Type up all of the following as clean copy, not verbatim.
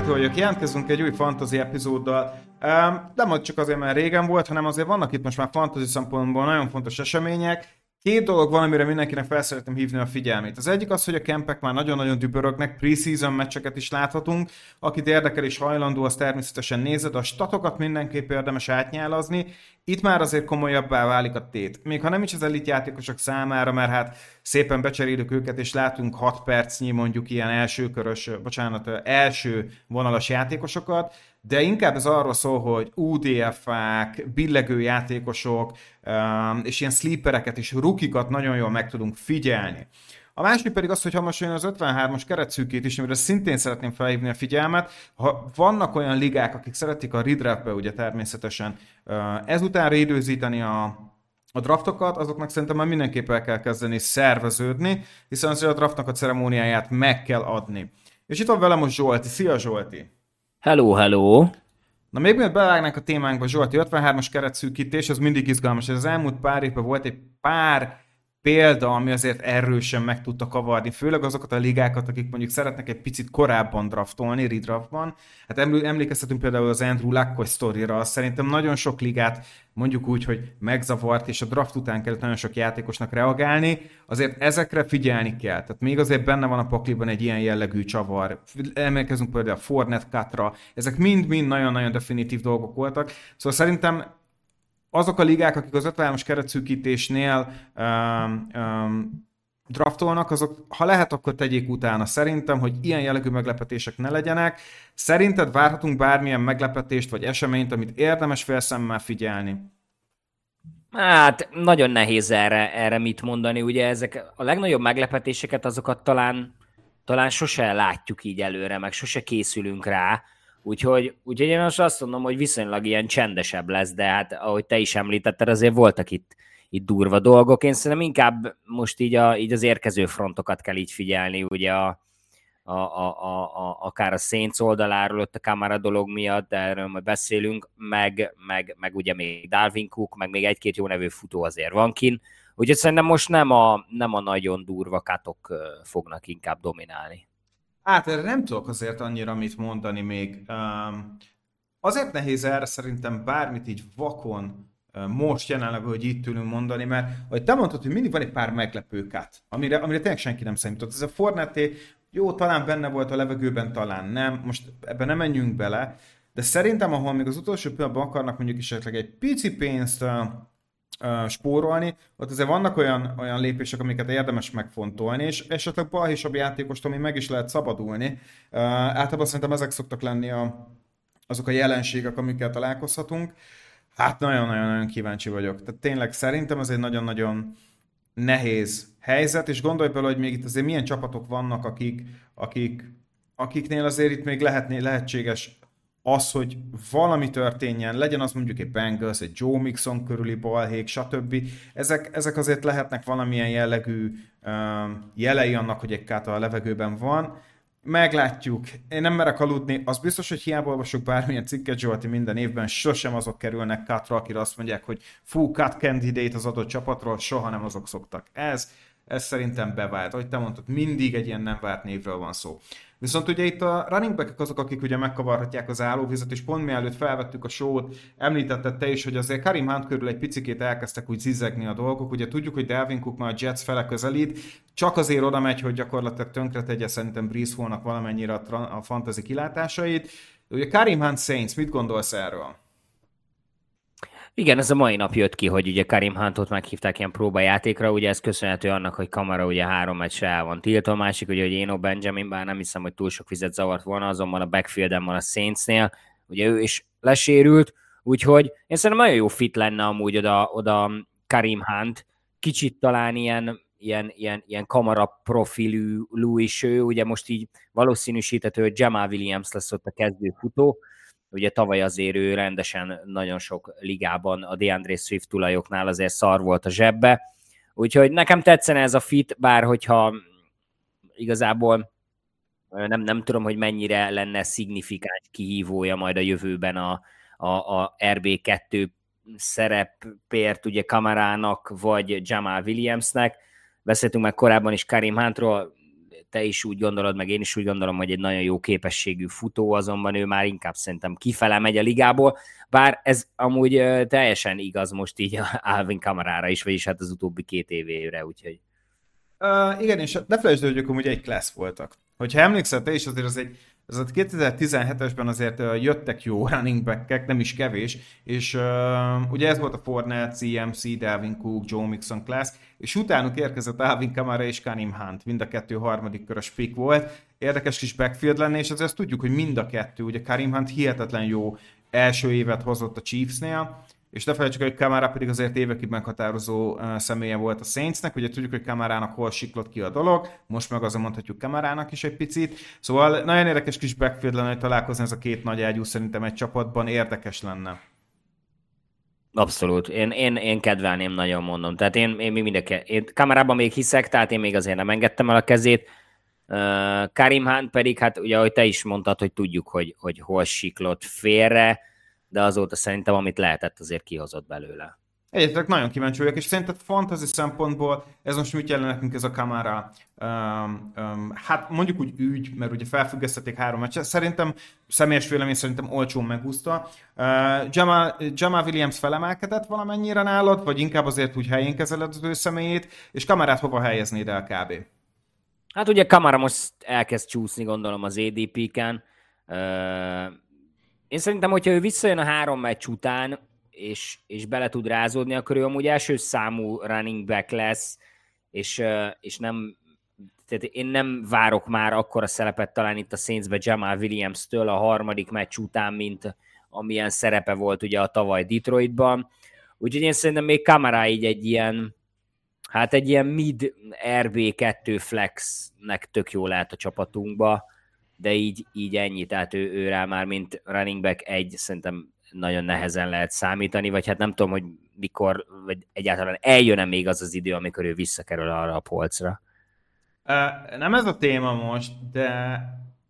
Zsolti vagyok, jelentkezünk egy új fantasy epizóddal. Nem csak azért, mert régen volt, hanem azért vannak itt most már fantasy szempontból nagyon fontos események. Két dolog van, amire mindenkinek fel szeretném hívni a figyelmét. Az egyik az, hogy a kempek már nagyon-nagyon dübörögnek, pre-season meccseket is láthatunk. Akit érdekel és hajlandó, az természetesen nézed, a statokat mindenképp érdemes átnyálazni. Itt már azért komolyabbá válik a tét. Még ha nem is az elit játékosok számára, mert hát szépen becserélük őket, és látunk 6 percnyi mondjuk ilyen első vonalas játékosokat, de inkább ez arról szól, hogy UDFA-k, billegő játékosok, és ilyen sleepereket és rukikat nagyon jól meg tudunk figyelni. A másik pedig az, hogy ha most jön az 53-as keretszűkét is, amire szintén szeretném felhívni a figyelmet, ha vannak olyan ligák, akik szeretik a redraftbe ugye természetesen ezután időzíteni a draftokat, azoknak szerintem már mindenképp el kell kezdeni szerveződni, hiszen azért a draftnak a ceremóniáját meg kell adni. És itt van velem most Zsolti. Szia Zsolti! Hello, hello! Na még mielőtt bevágnánk a témánkba, Zsolti, 53-as keretszűkítés, az mindig izgalmas. Ez az elmúlt pár évben volt egy pár példa, ami azért erősen meg tudta kavarni, főleg azokat a ligákat, akik mondjuk szeretnek egy picit korábban draftolni, redraftban. Hát emlékeztetünk például az Andrew Luck sztorira, szerintem nagyon sok ligát mondjuk úgy, hogy megzavart, és a draft után kellett nagyon sok játékosnak reagálni, azért ezekre figyelni kell. Tehát még azért benne van a pakliban egy ilyen jellegű csavar. Emlékezünk például a Fournette Cutra, ezek mind-mind nagyon-nagyon definitív dolgok voltak. Szóval szerintem azok a ligák, akik az 53-as keretszűkítésnél draftolnak, azok, ha lehet, akkor tegyék utána. Szerintem, hogy ilyen jellegű meglepetések ne legyenek. Szerinted várhatunk bármilyen meglepetést vagy eseményt, amit érdemes félszemmel figyelni? Hát nagyon nehéz erre mit mondani, ugye ezek a legnagyobb meglepetéseket azokat talán sose látjuk így előre, meg sose készülünk rá, úgyhogy én most azt mondom, hogy viszonylag ilyen csendesebb lesz, de hát ahogy te is említetted, azért voltak itt durva dolgok. Én szerintem inkább most így az érkező frontokat kell így figyelni, ugye akár a Saints oldaláról, ott a Kamara dolog miatt, de erről majd beszélünk, meg ugye még Dalvin Cook, meg még egy-két jó nevű futó azért van kin. Úgyhogy szerintem most nem a nagyon durva katok fognak inkább dominálni. Hát erre nem tudok azért annyira mit mondani még. Azért nehéz erre szerintem bármit így vakon most jelenleg, hogy itt ülünk mondani, mert ahogy te mondtad, hogy mindig van egy pár meglepő cut, amire tényleg senki nem számított. Ez a Fournette, jó, talán benne volt a levegőben, talán nem, most ebben nem menjünk bele, de szerintem, ahol még az utolsó pillanatban akarnak mondjuk esetleg egy pici pénzt spórolni, ott azért vannak olyan lépések, amiket érdemes megfontolni, és esetleg balhésabb játékost, ami meg is lehet szabadulni. Általában szerintem ezek szoktak lenni azok a jelenségek, amikkel találkozhatunk. Hát nagyon-nagyon kíváncsi vagyok. Tehát tényleg szerintem ez egy nagyon-nagyon nehéz helyzet, és gondolj bele, hogy még itt azért milyen csapatok vannak, akiknél azért itt még lehetséges az, hogy valami történjen, legyen az mondjuk egy Bengals, egy Joe Mixon körüli balhék, stb. Ezek azért lehetnek valamilyen jellegű jelei annak, hogy egy káta a levegőben van. Meglátjuk. Én nem merek aludni. Az biztos, hogy hiába olvasok bármilyen cikket, Zsolti, minden évben sosem azok kerülnek cutra, akire azt mondják, hogy fú, cut candidate az adott csapatról, soha nem azok szoktak. Ez szerintem bevált. Ahogy te mondtad, mindig egy ilyen nem várt névről van szó. Viszont ugye itt a running back-ek azok, akik ugye megkavarhatják az állóvizet, és pont mielőtt felvettük a show-t, említetted te is, hogy azért Kareem Hunt körül egy picikét elkezdtek úgy zizegni a dolgok. Ugye tudjuk, hogy Dalvin Cook már a Jets fele közelít, csak azért oda megy, hogy gyakorlatilag tönkretegye szerintem Breece Hallnak valamennyire a fantasy kilátásait. Ugye Kareem Hunt Saints, mit gondolsz erről? Igen, ez a mai nap jött ki, hogy ugye Kareem Huntot meghívták ilyen próbajátékra, ugye ez köszönhető annak, hogy Kamara ugye 3 meccsre el van tiltva, a másik ugye, hogy Eno Benjamin, bár nem hiszem, hogy túl sok vizet zavart volna, azonban a backfielden van a Saintsnél, ugye ő is lesérült, úgyhogy én szerintem nagyon jó fit lenne amúgy oda Kareem Hunt, kicsit talán ilyen Kamara profilú is ő, ugye most így valószínűsíthető, hogy Jamal Williams lesz ott a kezdő futó. Ugye tavaly azért ő rendesen nagyon sok ligában a DeAndre Swift tulajoknál azért szar volt a zsebbe. Úgyhogy nekem tetszene ez a fit, bár hogyha igazából nem tudom, hogy mennyire lenne szignifikáns kihívója majd a jövőben a RB2 szerepért ugye Kamarának vagy Jamal Williamsnek. Beszéltünk már korábban is Kareem Huntról, te is úgy gondolod, meg én is úgy gondolom, hogy egy nagyon jó képességű futó, azonban ő már inkább szerintem kifele megy a ligából, bár ez amúgy teljesen igaz most így Alvin Kamarára is, vagyis hát az utóbbi 2 évére, úgyhogy... Igen, és ne felejtsd, hogy ők amúgy egy class voltak. Hogyha emlékszel te is, azért az 2017-esben azért jöttek jó running back-ek, nem is kevés, és ugye ez volt a Fournette, CMC, Dalvin Cook, Joe Mixon class, és utánuk érkezett Alvin Kamara és Kareem Hunt, mind a kettő harmadik körös pick volt. Érdekes kis backfield lenne, és azért azt tudjuk, hogy mind a kettő, ugye Kareem Hunt hihetetlen jó első évet hozott a Chiefsnél, és ne felejtsük, hogy Kamara pedig azért évekig meghatározó személye volt a Saintsnek, ugye tudjuk, hogy Kamarának hol siklott ki a dolog, most meg azon mondhatjuk Kamarának is egy picit, szóval nagyon érdekes kis backfield lenne, hogy találkozni ez a két nagy ágyú, szerintem egy csapatban érdekes lenne. Abszolút. Én kedvelném, nagyon mondom. Tehát én Kamarában még hiszek, tehát én még azért nem engedtem el a kezét. Kareem Hunt pedig, hát ugye, ahogy te is mondtad, hogy tudjuk, hogy hol siklott félre, de azóta szerintem, amit lehetett, azért kihozott belőle. Egyébként nagyon kíváncsi vagyok, és szerinted fantasy szempontból ez most mit jelent nekünk ez a Kamara? Hát mondjuk úgy ügy, mert ugye felfüggesztették 3 meccset, szerintem, személyes vélemény szerintem olcsón megúszta. Jamal Williams felemelkedett valamennyire nálad, vagy inkább azért úgy helyén kezeled az ő személyét, és Kamarát hova helyeznéd el kb? Hát ugye Kamara most elkezd csúszni, gondolom, az ADP-ken. Én szerintem, hogyha ő visszajön a 3 meccs után, és bele tud rázódni, akkor ő amúgy első számú running back lesz, és nem, tehát én nem várok már akkora szerepet talán itt a Saintsbe Jamal Williams-től a 3. meccs után, mint amilyen szerepe volt ugye a tavaly Detroitban. Úgyhogy én szerintem még Kamara így egy ilyen mid RB2 flexnek tök jó lehet a csapatunkba, de így ennyi, tehát ő rá már mint running back 1 szerintem nagyon nehezen lehet számítani, vagy hát nem tudom, hogy mikor, vagy egyáltalán eljön-e még az idő, amikor ő visszakerül arra a polcra. Nem ez a téma most, de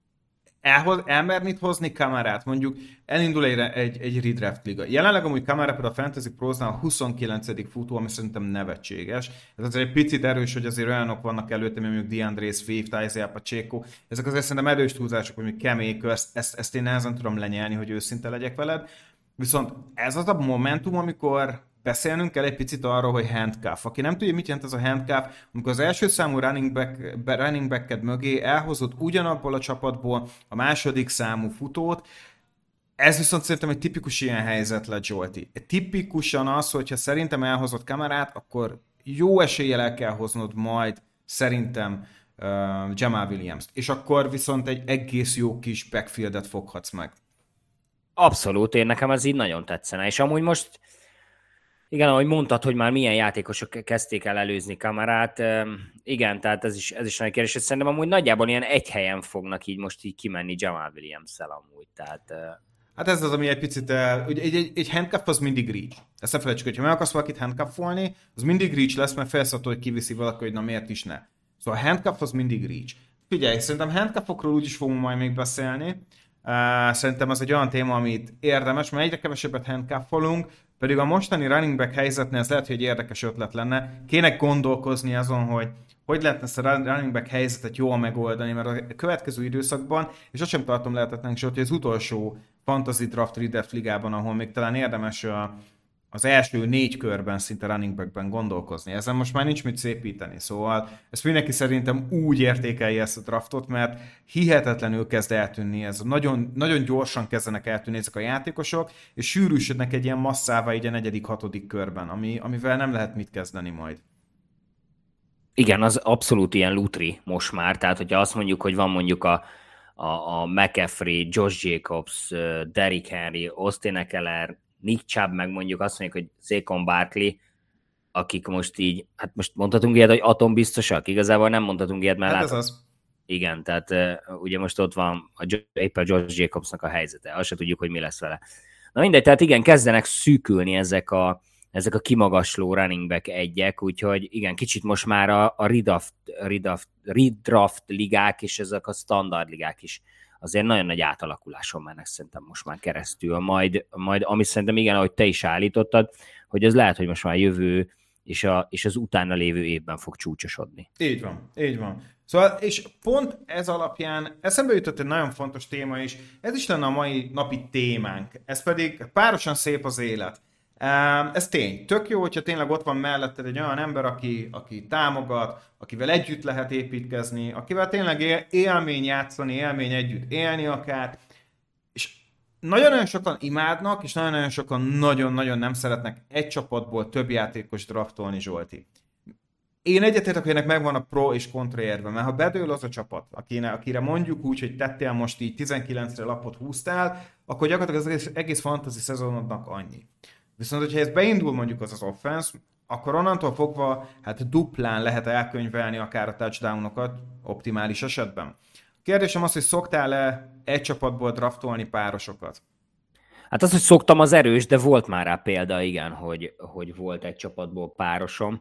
elmerni hozni Kamarát, mondjuk elindul egy redraft liga. Jelenleg amúgy Kamara például a Fantasy Pros-nál a 29. futó, ami szerintem nevetséges. Ez azért egy picit erős, hogy azért olyanok vannak előtte, mint mondjuk DeAndre Swift, Isaiah Pacheco. Ezek azért szerintem erős túlzások, hogy Cam Akers, ezt én nehezen tudom lenyelni, hogy őszinte legyek veled. Viszont ez az a momentum, amikor beszélnünk kell egy picit arról, hogy handcuff. Aki nem tudja, mit jelent ez a handcuff, amikor az első számú running back-ed mögé elhozott ugyanabból a csapatból a második számú futót, ez viszont szerintem egy tipikus ilyen helyzet lett, Zsolti. Tipikusan az, hogyha szerintem elhozott Kamarát, akkor jó eséllyel el kell hoznod majd szerintem Jamal Williams-t. És akkor viszont egy egész jó kis backfieldet foghatsz meg. Abszolút, nekem ez így nagyon tetszene. És amúgy most igen, ahogy mondtad, hogy már milyen játékosok kezdték el előzni Kamarát, igen, tehát ez is nagy kérdés, és szerintem amúgy nagyjából ilyen egy helyen fognak így most így kimenni Jamal Williams-szel amúgy, tehát... Hát ez az, ami egy picit, egy handcuff az mindig reach. Ezt ne felejtsük, hogyha meg akarsz valakit handcuffolni, az mindig reach lesz, mert felszatol, hogy kiviszi valaki, hogy na miért is ne. Szóval a handcuff az mindig reach. Figyelj, szerintem handcuffokról úgyis fogunk majd még beszélni. Szerintem az egy olyan téma, amit érdemes, mert egyre kevesebbet handcuffolunk, pedig a mostani running back helyzetnél ez lehet, hogy egy érdekes ötlet lenne. Kéne gondolkozni azon, hogy lehetne ezt a running back helyzetet jól megoldani, mert a következő időszakban, és azt sem tartom lehetetlenek, hogy az utolsó fantasy draft redraft ligában, ahol még talán érdemes az első 4 körben szinte running backben gondolkozni. Ezen most már nincs mit szépíteni, szóval ezt mindenki szerintem úgy értékelje ezt a draftot, mert hihetetlenül kezd eltűnni ez. Nagyon, nagyon gyorsan kezdenek eltűnni ezek a játékosok, és sűrűsödnek egy ilyen masszává így a 4.-6. körben, amivel nem lehet mit kezdeni majd. Igen, az abszolút ilyen lutri most már, tehát hogyha azt mondjuk, hogy van mondjuk a McCaffrey, Josh Jacobs, Derrick Henry, Austin Ekeler, Nick Chubb, meg mondjuk azt mondjuk, hogy Saquon Barkley, akik most így, hát most mondhatunk ilyet, hogy atombiztosak? Igazából nem mondhatunk ilyet, mert hát ez az. Igen, tehát ugye most ott van éppen Josh Jacobsnak a helyzete, azt se tudjuk, hogy mi lesz vele. Na mindegy, tehát igen, kezdenek szűkülni ezek a kimagasló running back egyek, úgyhogy igen, kicsit most már a redraft ligák és ezek a standard ligák is azért nagyon nagy átalakuláson mennek szerintem most már keresztül. Majd ami szerintem igen, ahogy te is állítottad, hogy ez lehet, hogy most már jövő és az utána lévő évben fog csúcsosodni. Így van, így van. Szóval, és pont ez alapján eszembe jutott egy nagyon fontos téma is, ez is lenne a mai napi témánk, ez pedig párosan szép az élet. Ez tény. Tök jó, hogyha tényleg ott van melletted egy olyan ember, aki támogat, akivel együtt lehet építkezni, akivel tényleg élmény játszani, élmény együtt élni akár, és nagyon-nagyon sokan imádnak, és nagyon-nagyon sokan nagyon-nagyon nem szeretnek egy csapatból több játékos draftolni, Zsolti. Én egyetértek, hogy ennek megvan a pro és kontra érve, mert ha bedől az a csapat, akire mondjuk úgy, hogy tettél most így 19-re lapot húztál, akkor gyakorlatilag az egész fantasy szezonodnak annyi. Viszont, hogyha ez beindul mondjuk az offense, akkor onnantól fogva hát duplán lehet elkönyvelni akár a touchdownokat optimális esetben. A kérdésem az, hogy szoktál-e egy csapatból draftolni párosokat? Hát az, hogy szoktam, az erős, de volt már rá példa, igen, hogy volt egy csapatból párosom.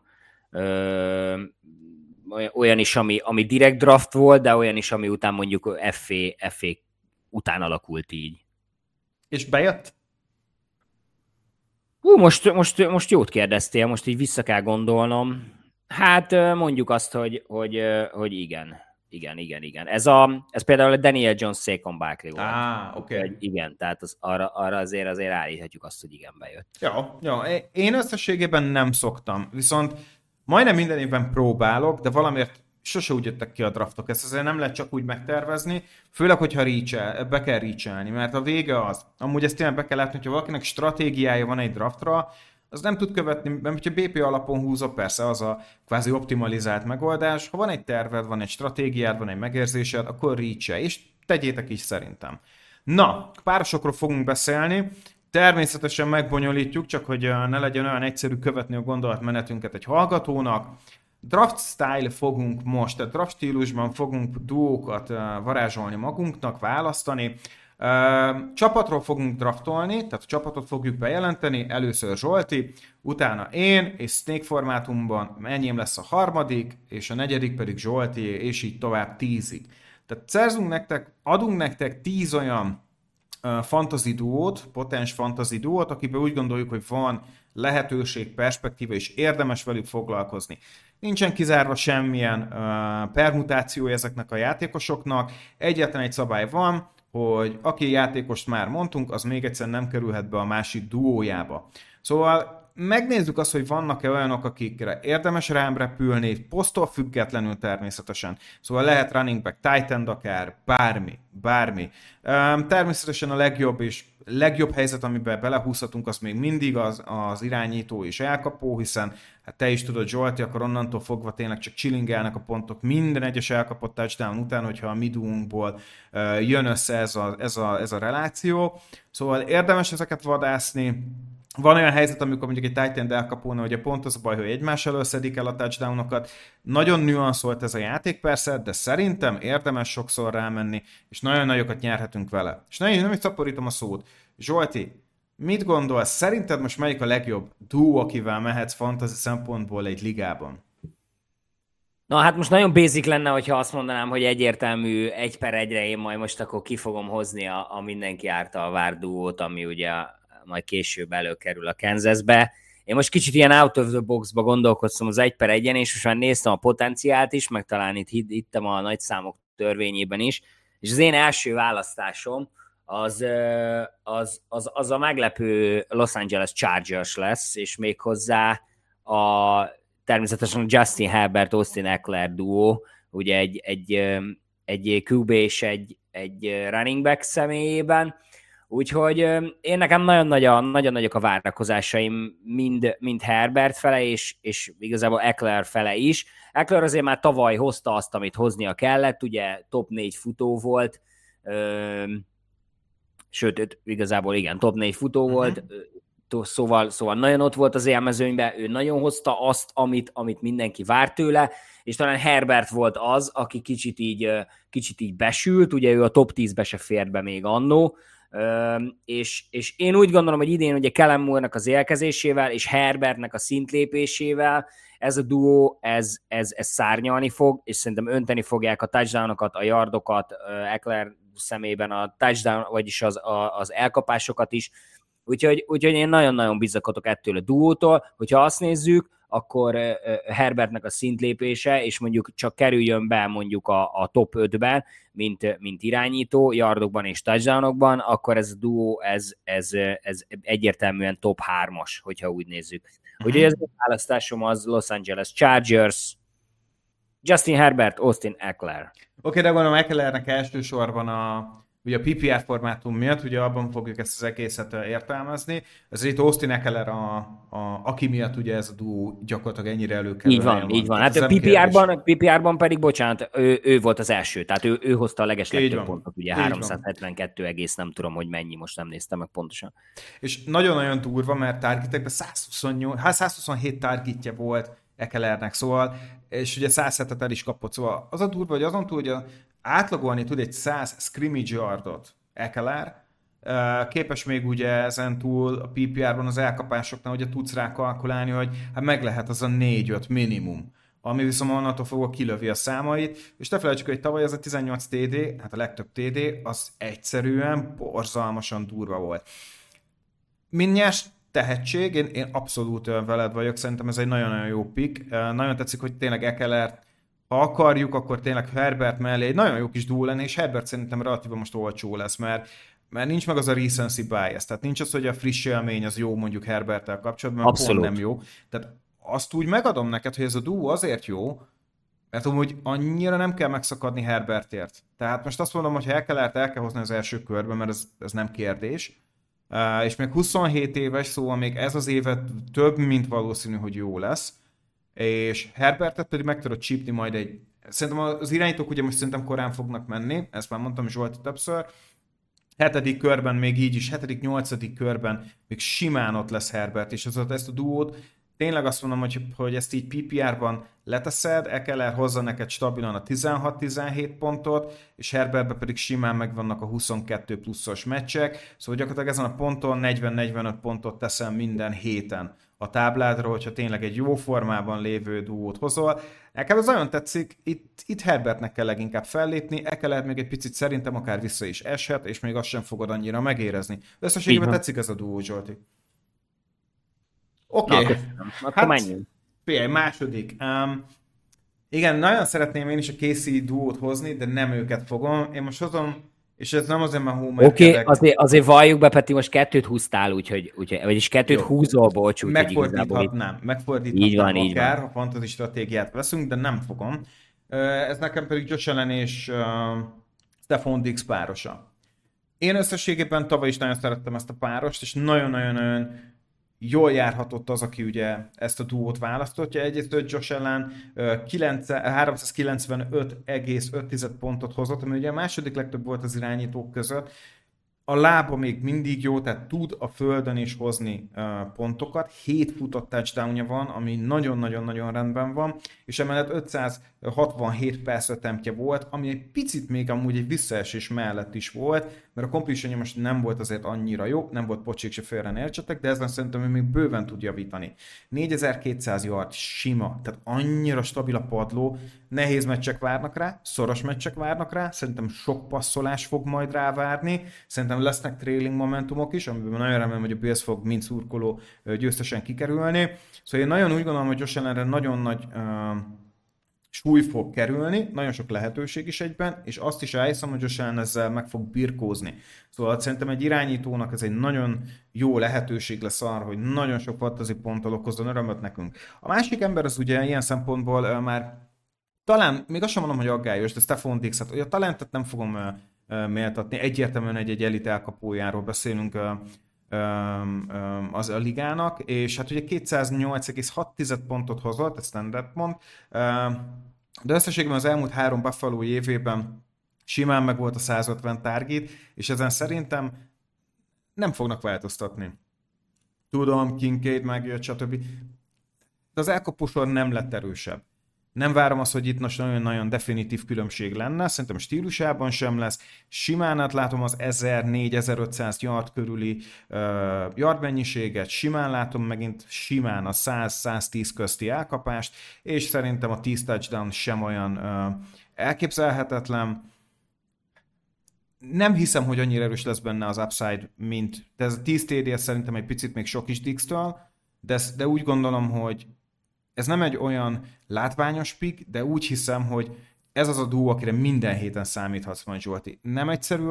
Olyan is, ami direkt draft volt, de olyan is, ami után mondjuk FA után alakult így. És bejött? Most jót kérdeztél, most így vissza kell gondolnom. Hát mondjuk azt, hogy igen. Igen. Ez például a Daniel Jones Saquon Barkley volt. Oké. Igen, tehát arra azért állíthatjuk azt, hogy igen, bejött. Ja, én összességében nem szoktam, viszont majdnem minden évben próbálok, de valamiért sose úgy jöttek ki a draftok. Ezt azért nem lehet csak úgy megtervezni, főleg, hogyha be kell reachelni, mert a vége az. Amúgy ezt tényleg be kell látni, hogyha valakinek stratégiája van egy draftra, az nem tud követni, mert hogyha BP alapon húzok, persze az a kvázi optimalizált megoldás. Ha van egy terved, van egy stratégiád, van egy megérzésed, akkor reach-el, és tegyétek is szerintem. Na, párosokról fogunk beszélni. Természetesen megbonyolítjuk, csak hogy ne legyen olyan egyszerű követni a gondolatmenetünket egy hallgatónak. Draft style fogunk most, tehát draft stílusban fogunk duókat varázsolni magunknak, választani. Csapatról fogunk draftolni, tehát a csapatot fogjuk bejelenteni, először Zsolti, utána én, és Snake formátumban enyém lesz a harmadik, és a negyedik pedig Zsolti, és így tovább 10-ig. Tehát adunk nektek 10 olyan fantasy duót, potens fantasy duót, akiben úgy gondoljuk, hogy van lehetőség, perspektíva, és érdemes velük foglalkozni. Nincsen kizárva semmilyen permutációja ezeknek a játékosoknak, egyetlen egy szabály van, hogy aki játékost már mondtunk, az még egyszer nem kerülhet be a másik duójába. Szóval megnézzük azt, hogy vannak-e olyanok, akikre érdemes rám repülni, poszttól függetlenül természetesen. Szóval lehet running back, tight end akár, bármi. Természetesen a legjobb helyzet, amiben belehúzhatunk, az még mindig az irányító és elkapó, hiszen hát te is tudod, Zsolti, akkor onnantól fogva tényleg csak chillingelnek a pontok minden egyes elkapott touchdown után, hogyha a midunkból jön össze ez a reláció. Szóval érdemes ezeket vadászni. Van olyan helyzet, amikor mondjuk egy tight end elkapóna, hogy pont az a baj, hogy egymással összedik el a touchdownokat. Nagyon nüanszolt ez a játék persze, de szerintem érdemes sokszor rámenni, és nagyon nagyokat nyerhetünk vele. És nem is szaporítom a szót. Zsolti, mit gondolsz? Szerinted most melyik a legjobb duó, akivel mehetsz fantasy szempontból egy ligában? Na hát most nagyon basic lenne, hogyha azt mondanám, hogy egyértelmű 1/1-re én majd most akkor ki fogom hozni a mindenki által várt duót, ami ugye majd később előkerül a Kansasbe. Én most kicsit ilyen out of the box-ba gondolkoztam az 1/1-en, és most már néztem a potenciált is, meg talán itt hittem a nagyszámok törvényében is, és az én első választásom az a meglepő Los Angeles Chargers lesz, és méghozzá természetesen a Justin Herbert, Austin Eckler duó, ugye egy QB és egy running back személyében. Úgyhogy én nekem nagyon nagyok a várakozásaim mind Herbert fele, és igazából Eckler fele is. Eckler azért már tavaly hozta azt, amit hoznia kellett, ugye top 4 futó volt, sőt, igazából igen, top 4 futó volt, szóval nagyon ott volt az élmezőnyben, ő nagyon hozta azt, amit mindenki várt tőle, és talán Herbert volt az, aki kicsit így besült, ugye ő a top 10-be se fért be még annó, és én úgy gondolom, hogy idén ugye Kellen Moore-nak az érkezésével és Herbertnek a szintlépésével ez a duó, ez szárnyalni fog, és szerintem önteni fogják a touchdownokat, a yardokat, Eckler szemében a touchdown, vagyis az elkapásokat is, úgyhogy én nagyon-nagyon bizakodok ettől a duótól, hogyha azt nézzük, akkor Herbertnek a szintlépése, és mondjuk csak kerüljön be mondjuk a top 5-ben, mint irányító, yardokban és touchdownokban, akkor ez a duó, ez egyértelműen top 3-as, hogyha úgy nézzük. Úgyhogy az választásom az Los Angeles Chargers, Justin Herbert, Austin Ekeler. Oké, de gondolom Ekelernek elsősorban ugye a PPR formátum miatt, ugye abban fogjuk ezt az egészet értelmezni. Ezért itt Austin Ekeler, aki miatt ugye ez a duó gyakorlatilag ennyire előkerül. Így van. Hát a PPR-ban pedig, bocsánat, ő volt az első, tehát ő hozta a legeslegtöbb pontot, ugye 372 egész, nem tudom, hogy mennyi, most nem néztem meg pontosan. És nagyon-nagyon durva, mert targetekben 127 targetje volt Ekelernek, szóval, és ugye 107-et el is kapott, szóval az a durva, hogy azon túl, hogy átlagolni tud egy 100 scrimmage yardot Ekeler, képes még ugye ezen túl a PPR-ban az elkapásoknál ugye tudsz rá kalkulálni, hogy hát meg lehet az a 4-5 minimum, ami viszont onnantól fogva kilövi a számait, és ne felejtsük, hogy tavaly ez a 18 TD, hát a legtöbb TD, az egyszerűen borzalmasan durva volt. Mindnyers tehetség, én abszolút veled vagyok, szerintem ez egy nagyon-nagyon jó pick. Nagyon tetszik, hogy tényleg Ekelert, ha akarjuk, akkor tényleg Herbert mellé egy nagyon jó kis duó lenne, és Herbert szerintem relatíve most olcsó lesz, mert nincs meg az a recency bias, tehát nincs az, hogy a friss élmény az jó mondjuk Herberttel kapcsolatban, mert pont nem jó. Tehát azt úgy megadom neked, hogy ez a duó azért jó, mert amúgy annyira nem kell megszakadni Herbertért. Tehát most azt mondom, hogy ha Ekelert el kell hozni az első körben, mert ez nem kérdés, és még 27 éves, szóval még ez az évet több, mint valószínű, hogy jó lesz, és Herbertet pedig meg tudod csípni majd szerintem az irányítók ugye most szerintem korán fognak menni, ezt már mondtam is volt többször, 7. körben még így is, 7.-8. körben még simán ott lesz Herbert, és ezt a duót tényleg azt mondom, hogy ezt így PPR-ban leteszed, Ekeler hozza neked stabilan a 16-17 pontot, és Herbertben pedig simán megvannak a 22 pluszos meccsek, szóval gyakorlatilag ezen a ponton 40-45 pontot teszel minden héten a tábládra, hogyha tényleg egy jó formában lévő duót hozol. Nekem ez nagyon tetszik, itt Herbertnek kell leginkább fellépni, Ekeler még egy picit szerintem akár vissza is eshet, és még azt sem fogod annyira megérezni. Összességében tetszik ez a duó, Zsolti. Oké, akkor menjünk. Figyelj, második. Igen, nagyon szeretném én is a Casey duót hozni, de nem őket fogom. Én most hozom, és ez nem azért, mert homerkedek. Oké, azért valljuk be, Peti, most 2-t húztál, úgyhogy vagyis 2-t húzol, bocs. Megfordíthatnám akár, ha fantasy stratégiát veszünk, de nem fogom. Ez nekem pedig Josh Allen és Stephon Diggs párosa. Én összességében tavaly is nagyon szerettem ezt a párost, és nagyon-nagyon jól járhatott az, aki ugye ezt a duót választottja. Egyrészt Josh Allen 395,5 pontot hozott, ami ugye a második legtöbb volt az irányítók között. A lába még mindig jó, tehát tud a földön is hozni pontokat. 7 futott touchdownja van, ami nagyon-nagyon-nagyon rendben van, és emellett 567 pass attemptje volt, ami egy picit még amúgy egy visszaesés mellett is volt, mert a completionja most nem volt azért annyira jó, nem volt pocsék se félre ne értsetek, de ezen szerintem ő még bőven tud javítani. 4200 yard sima, tehát annyira stabil a padló, nehéz meccsek várnak rá, szoros meccsek várnak rá, szerintem sok passzolás fog majd rá várni, szerintem lesznek trailing momentumok is, amiben nagyon remélem, hogy a Bills fog mint szurkoló győztesen kikerülni. Szóval én nagyon úgy gondolom, hogy Josh Allenre nagyon nagy súly fog kerülni, nagyon sok lehetőség is egyben, és azt is elhiszem, hogy Josh Allen ezzel meg fog birkózni. Szóval szerintem egy irányítónak ez egy nagyon jó lehetőség lesz arra, hogy nagyon sok fantasy ponttal okozzon örömöt nekünk. A másik ember az ugye ilyen szempontból már talán, még azt sem mondom, hogy aggályos, de Stephon Diggs, hát a talentet nem fogom méltatni, egyértelműen egy elit elkapójáról beszélünk az a ligának, és hát ugye 208,6 pontot hozott, ez standard pont, de összességében az elmúlt 3 Buffalo évében simán meg volt a 150 target, és ezen szerintem nem fognak változtatni. Tudom, Kincaid megjött, stb. De az elkapósor nem lett erősebb. Nem várom azt, hogy itt most nagyon-nagyon definitív különbség lenne, szerintem a stílusában sem lesz. Simán átlátom az 1004-1500 yard körüli yard mennyiséget, simán látom megint simán a 100-110 közti elkapást, és szerintem a 10 touchdown sem olyan elképzelhetetlen. Nem hiszem, hogy annyira erős lesz benne az upside, de ez a 10 TD szerintem egy picit még sok is Diggs-től, de úgy gondolom, hogy ez nem egy olyan látványos pick, de úgy hiszem, hogy ez az a duó, akire minden héten számíthatsz majd, Zsolti. Nem egyszerű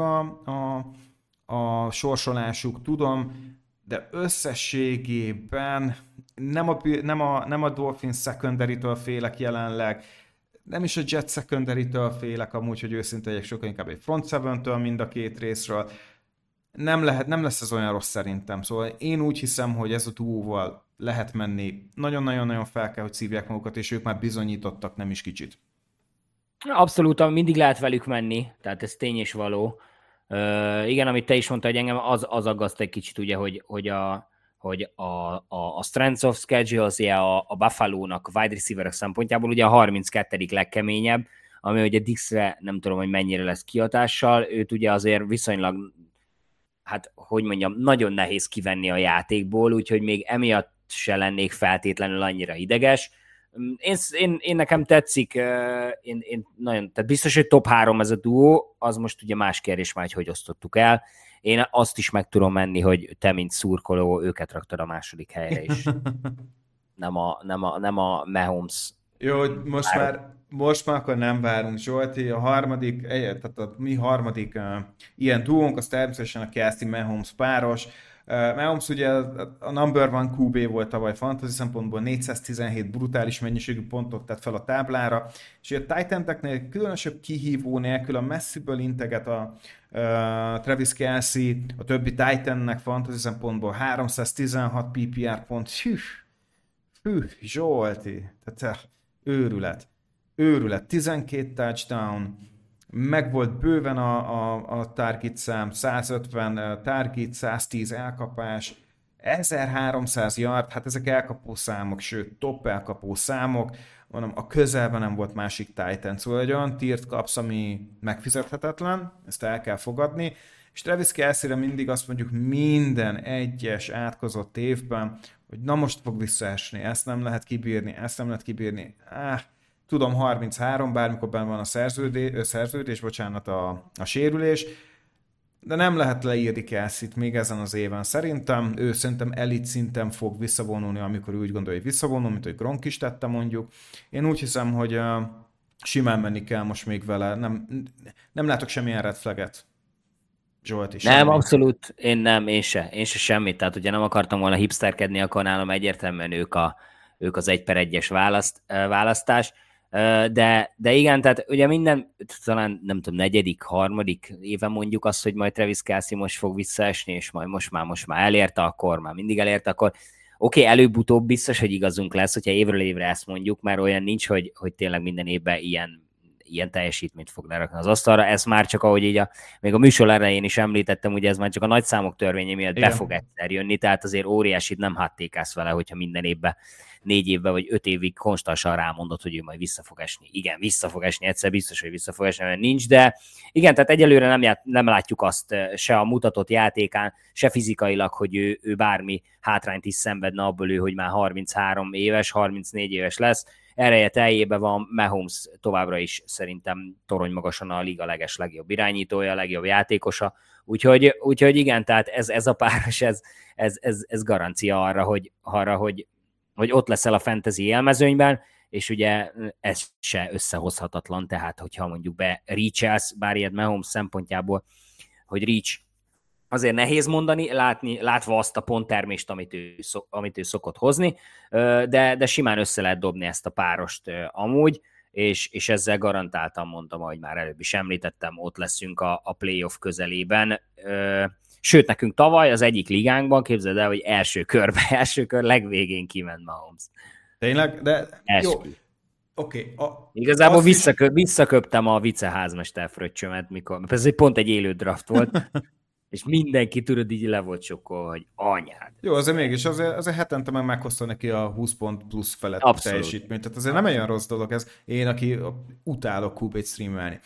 a sorsolásuk, tudom, de összességében nem a Dolphins secondary-től félek jelenleg, nem is a Jets secondary-től félek amúgy, hogy őszinte legyek, sokkal inkább egy front seven-től mind a két részről. Nem lesz ez olyan rossz szerintem. Szóval én úgy hiszem, hogy ez a duóval lehet menni. Nagyon-nagyon-nagyon fel kell, hogy szívják magukat, és ők már bizonyítottak nem is kicsit. Abszolút, mindig lehet velük menni, tehát ez tény és való. Igen, amit te is mondtad, hogy engem az aggaszt egy kicsit, ugye, hogy a strength of schedule a Buffalo-nak wide receiverek szempontjából ugye a 32. legkeményebb, ami ugye Dixre nem tudom, hogy mennyire lesz kihatással, őt ugye azért viszonylag, hát hogy mondjam, nagyon nehéz kivenni a játékból, úgyhogy még emiatt se lennék feltétlenül annyira ideges. Én nekem tetszik, én nagyon, tehát biztos, hogy top 3 ez a duó, az most ugye más kérdés már, hogy osztottuk el. Én azt is meg tudom menni, hogy te, mint szurkoló, őket raktad a második helyre is. Nem a Mahomes. Jó, most már akkor nem várunk, Zsolti. A harmadik, tehát a mi harmadik ilyen duónk, az természetesen a Kelsey Mahomes páros. Mahomes ugye a number one QB volt tavaly fantasy szempontból, 417 brutális mennyiségű pontot tett fel a táblára, és a Titan-eknél különösebb kihívó nélkül a messziből integet a Travis Kelce, a többi Titannek fantasy szempontból 316 PPR pont. Hű, Zsolti, tehát őrület, 12 touchdown, meg volt bőven a target szám, 150 target, 110 elkapás, 1300 yard, hát ezek elkapó számok, sőt, top elkapó számok, mondom, a közelben nem volt másik Titan, szóval egy olyan tírt kapsz, ami megfizethetetlen, ezt el kell fogadni, és Travis Kelce-re mindig azt mondjuk minden egyes átkozott évben, hogy na most fog visszaesni, ezt nem lehet kibírni, tudom 33, bármikor benne van a szerződés, bocsánat, a sérülés, de nem lehet leírni Kelce-t még ezen az éven. Ő szerintem elit szinten fog visszavonulni, amikor úgy gondolja, hogy visszavonul, mint hogy Gronk is tette mondjuk. Én úgy hiszem, hogy simán menni kell most még vele. Nem látok semmilyen red flaget. Zsolti, nem, abszolút, én se semmit, tehát ugye nem akartam volna hipsterkedni, akkor nálam egyértelműen ők az 1/1-es választás, de igen, tehát ugye minden, talán nem tudom, 4., 3. éve mondjuk azt, hogy majd Travis Kelce most fog visszaesni, és majd most már elérte, akkor már mindig elérte, akkor oké, előbb-utóbb biztos, hogy igazunk lesz, hogyha évről évre ezt mondjuk, mert olyan nincs, hogy tényleg minden évben ilyen teljesítményt fog lerakni az asztalra. Ez már csak, ahogy így még a műsor elején is említettem, ugye ez már csak a nagy számok törvénye miatt be fog egyszer jönni, tehát azért óriásit nem hattékász vele, hogyha minden évben 4 évben vagy 5 évig konstansan rámondott, hogy ő majd vissza fog esni. Igen, vissza fog esni, egyszer biztos, hogy vissza fog esni, mert nincs, de igen, tehát egyelőre nem látjuk azt se a mutatott játékán, se fizikailag, hogy ő bármi hátrányt is szenvedne abból, hogy már 33 éves, 34 éves lesz. Ereje teljében van, Mahomes továbbra is szerintem torony magasan a liga legjobb irányítója, a legjobb játékosa, úgyhogy igen, tehát ez a páros, ez garancia arra, hogy ott leszel a fantasy élmezőnyben, és ugye ez se összehozhatatlan, tehát hogyha mondjuk be reach-elsz, bár ilyet Mahomes szempontjából, hogy reach, azért nehéz mondani, látva azt a ponttermést, amit ő szokott hozni, de simán össze lehet dobni ezt a párost amúgy, és ezzel garantáltan mondtam, ahogy már előbb is említettem, ott leszünk a playoff közelében. Sőt, nekünk tavaly az egyik ligánkban, képzeld el, hogy első kör legvégén kiment Mahomes. Tényleg? De jó. Oké. Igazából visszaköptem a viceházmester fröccsömet, mikor, ez pont egy élő draft volt, és mindenki, tudod, így le volt sokkal, hogy anyád. Jó, azért mégis, azért hetente meg meghozta neki a 20 pont plusz felett teljesítményt, tehát azért nem olyan rossz dolog ez. Én, aki utálok QB-t streamelni.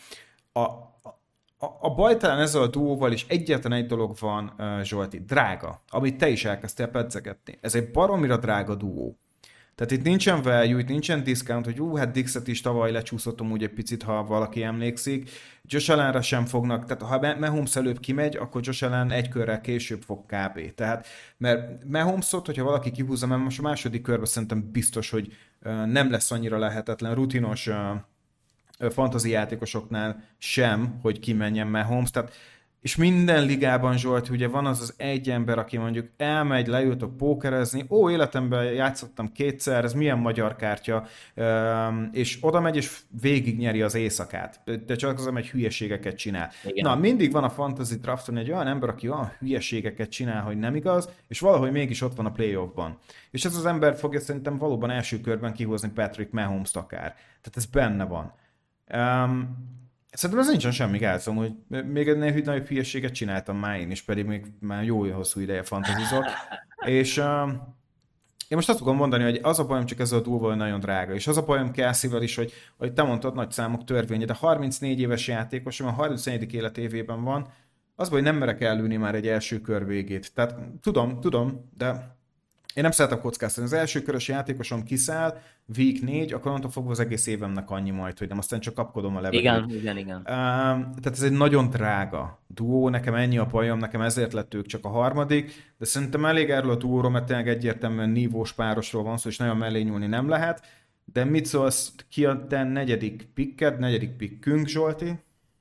A baj talán ezzel a duóval is egyetlen egy dolog van, Zsolti, drága, amit te is elkezdtél pedzegetni. Ez egy baromira drága duó. Tehát itt nincsen value, itt nincsen discount, hogy hát Dixet is tavaly lecsúszottam úgy egy picit, ha valaki emlékszik. Josh Allenre sem fognak, tehát ha Mahomes előbb kimegy, akkor Josh Allen egy körrel később fog kb. Tehát, mert Mahomesot, hogyha valaki kihúzza, mert most a második körben szerintem biztos, hogy nem lesz annyira lehetetlen rutinos fantasy játékosoknál sem, hogy kimenjen Mahomes, tehát és minden ligában, Zsolt, ugye van az egy ember, aki mondjuk elmegy, leültök pókerezni, életemben játszottam kétszer, ez milyen magyar kártya, és oda megy, és végignyeri az éjszakát. De csak az, egy hülyeségeket csinál. Igen. Na, mindig van a fantasy drafton egy olyan ember, aki olyan hülyeségeket csinál, hogy nem igaz, és valahogy mégis ott van a playoffban. És ez az ember fogja szerintem valóban első körben kihozni Patrick Mahomes-t akár. Tehát ez benne van. Szerintem ez nincsen semmi gázom, hogy még ennél nagyobb hülyeséget csináltam már én is, pedig még már jó hosszú ideje fantazizok. És én most azt fogom mondani, hogy az a bajom csak ezzel a duóval nagyon drága, és az a bajom Kelsey-vel is, hogy te mondtad, nagy számok törvénye, de 34 éves játékos, a 34. életévében van, az baj, hogy nem merek ellőni már egy első kör végét. Tehát tudom, de én nem szeretem kockáztatni. Az első körös játékosom kiszáll, week 4, akkor onnantól fogva az egész évemnek annyi majd, hogy nem, aztán csak kapkodom a levegőt. Igen. Tehát ez egy nagyon drága duó, nekem ennyi a bajom, nekem ezért lett ők csak a harmadik, de szerintem elég erről a duóról, mert tényleg egyértelműen nívós párosról van szó, és nagyon mellé nyúlni nem lehet. De mit szólsz, ki a te negyedik pickünk, Zsolti?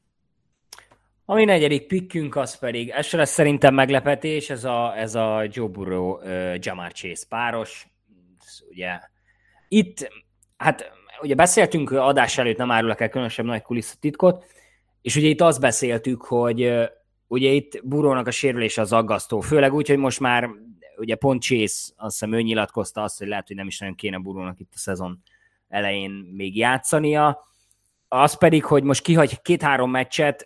A mi negyedik pickünk az pedig, ez se lesz szerintem meglepetés, ez a Joe Burrow, Ja'Marr Chase páros. Ugye itt, hát ugye beszéltünk adás előtt, nem árulok el különösebb nagy kulisszatitkot, és ugye itt azt beszéltük, hogy ugye itt Burrownak a sérülése az aggasztó, főleg úgy, hogy most már ugye pont Chase, azt hiszem ő nyilatkozta azt, hogy lehet, hogy nem is nagyon kéne Burrownak itt a szezon elején még játszania. Az pedig, hogy most kihagy 2-3 meccset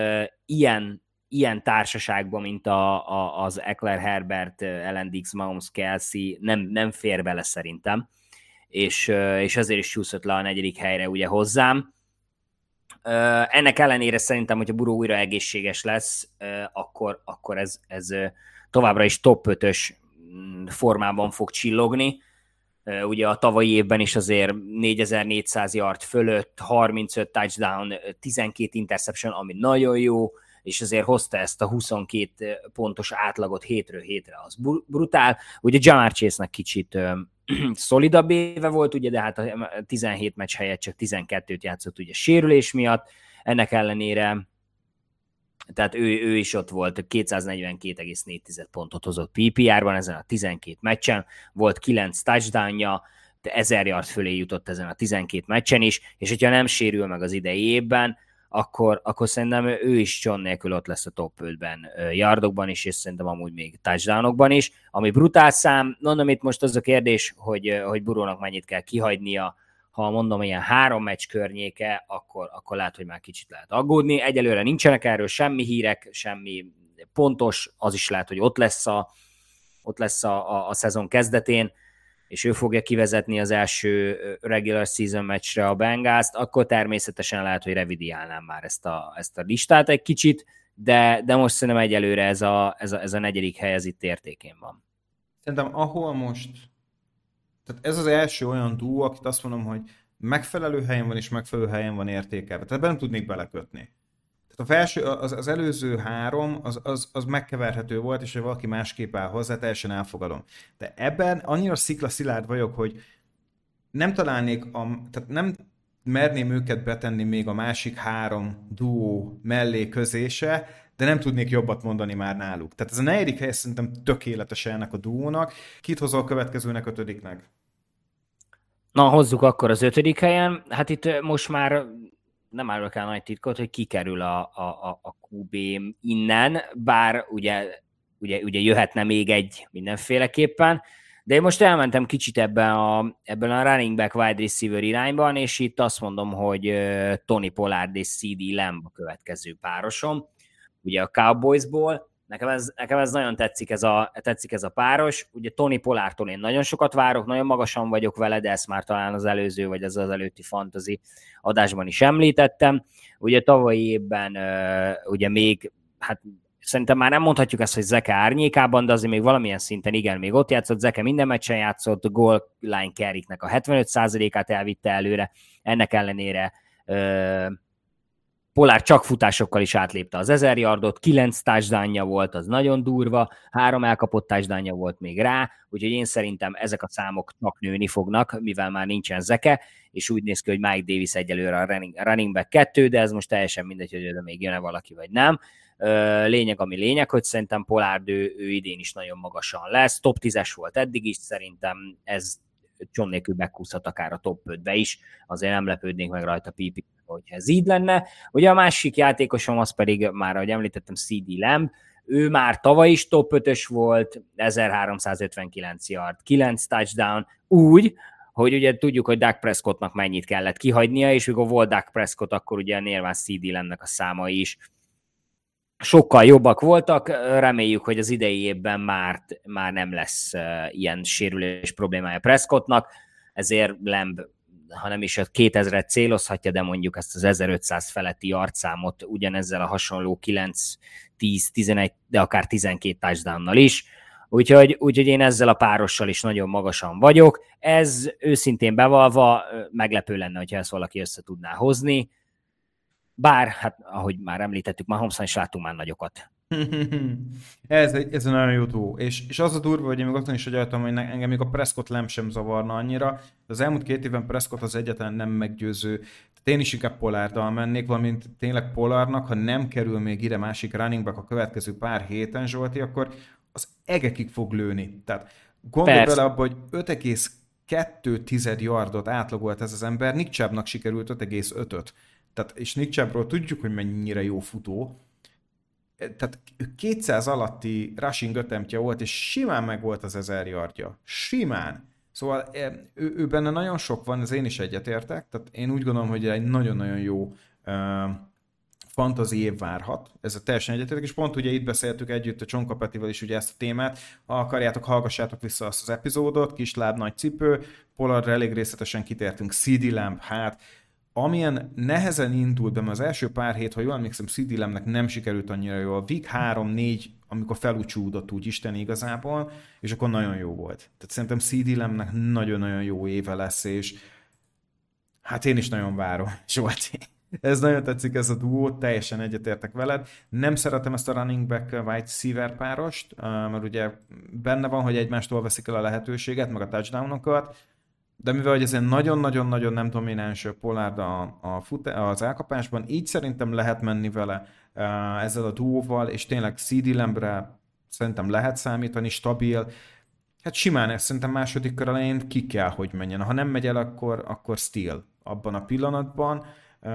ilyen társaságban, mint az Eckler, Herbert, Allen Diggs, Mahomes, Kelsey, nem fér bele szerintem, és ezért is csúszott le a negyedik helyre ugye hozzám. Ennek ellenére szerintem, hogyha Burrow újra egészséges lesz, akkor ez továbbra is top 5-ös formában fog csillogni. Ugye a tavalyi évben is azért 4400 yard fölött, 35 touchdown, 12 interception, ami nagyon jó, és azért hozta ezt a 22 pontos átlagot hétről hétre, az brutál. Ugye Ja'Marr Chase-nek kicsit szolidabb éve volt, ugye, de hát a 17 meccs helyett csak 12-t játszott ugye sérülés miatt, ennek ellenére tehát ő is ott volt, 242,4 pontot hozott PPR-ban ezen a 12 meccsen, volt 9 touchdownja, de 1000 yard fölé jutott ezen a 12 meccsen is, és hogyha nem sérül meg az idei évben, akkor szerintem ő is John nélkül ott lesz a top 5-ben yardokban is, és szerintem amúgy még touchdownokban is, ami brutál szám. Mondom, itt most az a kérdés, hogy Burrownak mennyit kell kihagynia, ha mondom, ilyen 3 meccs környéke, akkor lehet, hogy már kicsit lehet aggódni. Egyelőre nincsenek erről semmi hírek, semmi pontos, az is lehet, hogy ott lesz a szezon kezdetén, és ő fogja kivezetni az első regular season meccsre a Bengals-t, akkor természetesen lehet, hogy revidiálnám már ezt a listát egy kicsit, de most szerintem egyelőre ez a negyedik hely, ez itt értékén van. Szerintem ahol most, tehát ez az első olyan duó, akit azt mondom, hogy megfelelő helyen van és megfelelő helyen van értékelve. Tehát nem tudnék belekötni. Tehát az előző 3, az megkeverhető volt, és hogy valaki másképp áll hozzá, teljesen elfogadom. De ebben annyira sziklaszilárd vagyok, hogy nem találnék, tehát nem merném őket betenni még a másik 3 duó mellé közése, de nem tudnék jobbat mondani már náluk. Tehát ez a negyedik hely szerintem tökéletes ennek a duónak. Kit hozol a következőnek, 5-nek? Na, hozzuk akkor az 5. helyen. Hát itt most már nem árulok el nagy titkot, hogy kikerül a QB innen, bár ugye jöhetne még egy mindenféleképpen, de én most elmentem kicsit ebben a running back wide receiver irányban, és itt azt mondom, hogy Tony Pollard és CD Lamb a következő párosom, ugye a Cowboysból. Nekem ez nagyon tetszik ez a páros. Ugye Tony Pollardtól én nagyon sokat várok, nagyon magasan vagyok vele, de ezt már talán az előző, vagy az előtti fantasy adásban is említettem. Ugye tavalyi évben ugye még, hát szerintem már nem mondhatjuk ezt, hogy Zeke árnyékában, de azért még valamilyen szinten igen, még ott játszott, Zeke minden meccsen játszott, goal line carry-nek a 75%-át elvitte előre, ennek ellenére Pollard csak futásokkal is átlépte az 1000 yardot, 9 touchdownja volt, az nagyon durva, 3 elkapott touchdownja volt még rá, úgyhogy én szerintem ezek a számok csak nőni fognak, mivel már nincsen Zeke, és úgy néz ki, hogy Mike Davis egyelőre a running back 2, de ez most teljesen mindegy, hogy oda még jön-e valaki, vagy nem. Lényeg, ami lényeg, hogy szerintem Pollard ő idén is nagyon magasan lesz, top 10-es volt eddig is, szerintem ez John nélkül megkúszhat akár a top 5-be is, azért nem lepődnék meg rajta PP, hogyha ez így lenne. Ugye a másik játékosom az pedig már, ahogy említettem, CD Lamb, ő már tavaly is top 5-ös volt, 1359 yard, 9 touchdown, úgy, hogy ugye tudjuk, hogy Dak Prescottnak mennyit kellett kihagynia, és mikor volt Dak Prescott, akkor ugye nyilván CD Lambnek a számai is sokkal jobbak voltak, reméljük, hogy az idei évben már nem lesz ilyen sérülés problémája Prescottnak, ezért Lamb, ha nem is a 2000-et célozhatja, de mondjuk ezt az 1500 feletti yardszámot ugyanezzel a hasonló 9, 10, 11, de akár 12 touchdownnal is, úgyhogy én ezzel a párossal is nagyon magasan vagyok. Ez őszintén bevallva meglepő lenne, hogyha ezt valaki össze tudná hozni, bár, hát ahogy már említettük, Mahomesban is látunk már nagyokat. ez egy nagyon jó túl. És az a durva, hogy én még azon is agyaltam, hogy engem még a Prescott Lamb sem zavarna annyira. Az elmúlt 2 évben Prescott az egyetlen nem meggyőző. Tehát én is inkább Pollarddal mennék, valamint tényleg Pollardnak, ha nem kerül még ide másik running back a következő pár héten, Zsolti, akkor az egekig fog lőni. Tehát gondolj bele abba, hogy 5,2 yardot átlagolt ez az ember, Nick Chubbnak sikerült 5,5-öt. Tehát, és Nick Chubbról tudjuk, hogy mennyire jó futó. Tehát 200 alatti rushing attemptje volt, és simán meg volt az 1000 yardja. Simán. Szóval ő benne nagyon sok van, ez én is egyetértek. Tehát én úgy gondolom, hogy egy nagyon-nagyon jó fantasy év várhat. Ez a teljesen egyetértek, és pont ugye itt beszéltük együtt a Csonka Petivel is ugye ezt a témát. Ha akarjátok, hallgassátok vissza azt az epizódot, kisláb, nagy cipő. Pollardra elég részletesen kitértünk. CD Lamb, hát amilyen nehezen indult be, mert az első pár hét, ha jól emlékszem, CD Lambnek nem sikerült annyira jól. Week 3-4, amikor felúcsúdott úgy Isten igazából, és akkor nagyon jó volt. Tehát szerintem CD Lambnek nagyon-nagyon jó éve lesz, és hát én is nagyon várom, Zsolti. Ez nagyon tetszik, ez a duó, teljesen egyetértek veled. Nem szeretem ezt a running back wide receiver párost, mert ugye benne van, hogy egymástól veszik el a lehetőséget, meg a touchdownokat, de mivel hogy ez egy nagyon-nagyon-nagyon nem domináns Pollard az elkapásban, így szerintem lehet menni vele ezzel a duóval, és tényleg CD Lambre szerintem lehet számítani, stabil. Hát simán ezt szerintem második kör elején ki kell, hogy menjen. Ha nem megy el, akkor steal abban a pillanatban.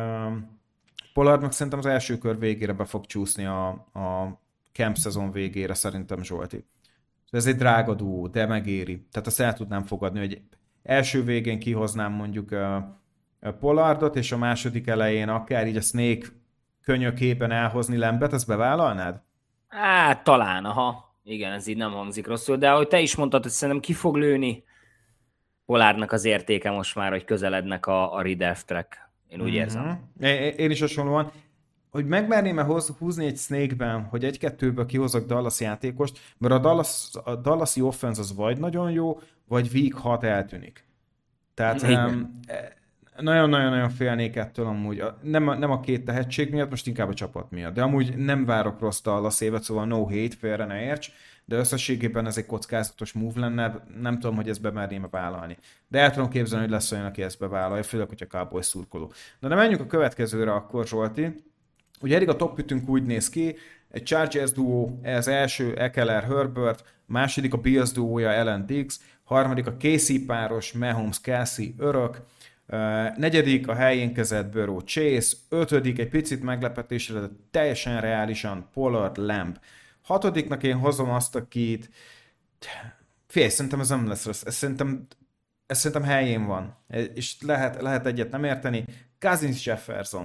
Pollard meg szerintem az első kör végére be fog csúszni a camp szezon végére, szerintem, Zsolti. Ez egy drága duó, de megéri. Tehát azt el tudnám fogadni, hogy első végén kihoznám mondjuk a Pollardot, és a második elején akár így a Snake könyökében elhozni Lambet, ezt bevállalnád? Hát talán, aha. Igen, ez így nem hangzik rosszul, de ahogy te is mondtad, hogy szerintem ki fog lőni Pollardnak az értéke most már, hogy közelednek a redraftek. Én úgy érzem. Én is hasonlóan. Hogy megmerném-e húzni egy Snake-ben, hogy egy-kettőből kihozok Dallas játékost, mert a Dallasi offense az vagy nagyon jó, vagy week 6 eltűnik. Tehát nagyon-nagyon félnék ettől amúgy. Nem a két tehetség miatt, most inkább a csapat miatt. De amúgy nem várok rossz Dallas évet, szóval no hate, félre ne érts, de összességében ez egy kockázatos move lenne, nem tudom, hogy ezt bemerném vállalni. De el tudom képzelni, hogy lesz olyan, aki ezt bevállalja, főleg, hogyha Cowboys szurkoló. De menjünk a következőre akkor, Zsolti. Ugye eddig a top ütünk úgy néz ki, egy Chargers duó, ez első Ekeler Herbert, második a Bills duója Allen Diggs, harmadik a Casey páros Mahomes Kelsey örök, negyedik a helyén kezelt Burrow Chase, ötödik egy picit meglepetésre, de teljesen reálisan Pollard Lamb. Hatodiknak én hozom azt, akit szerintem ez nem lesz rossz, ez szerintem helyén van, és lehet egyet nem érteni. Cousins Jefferson.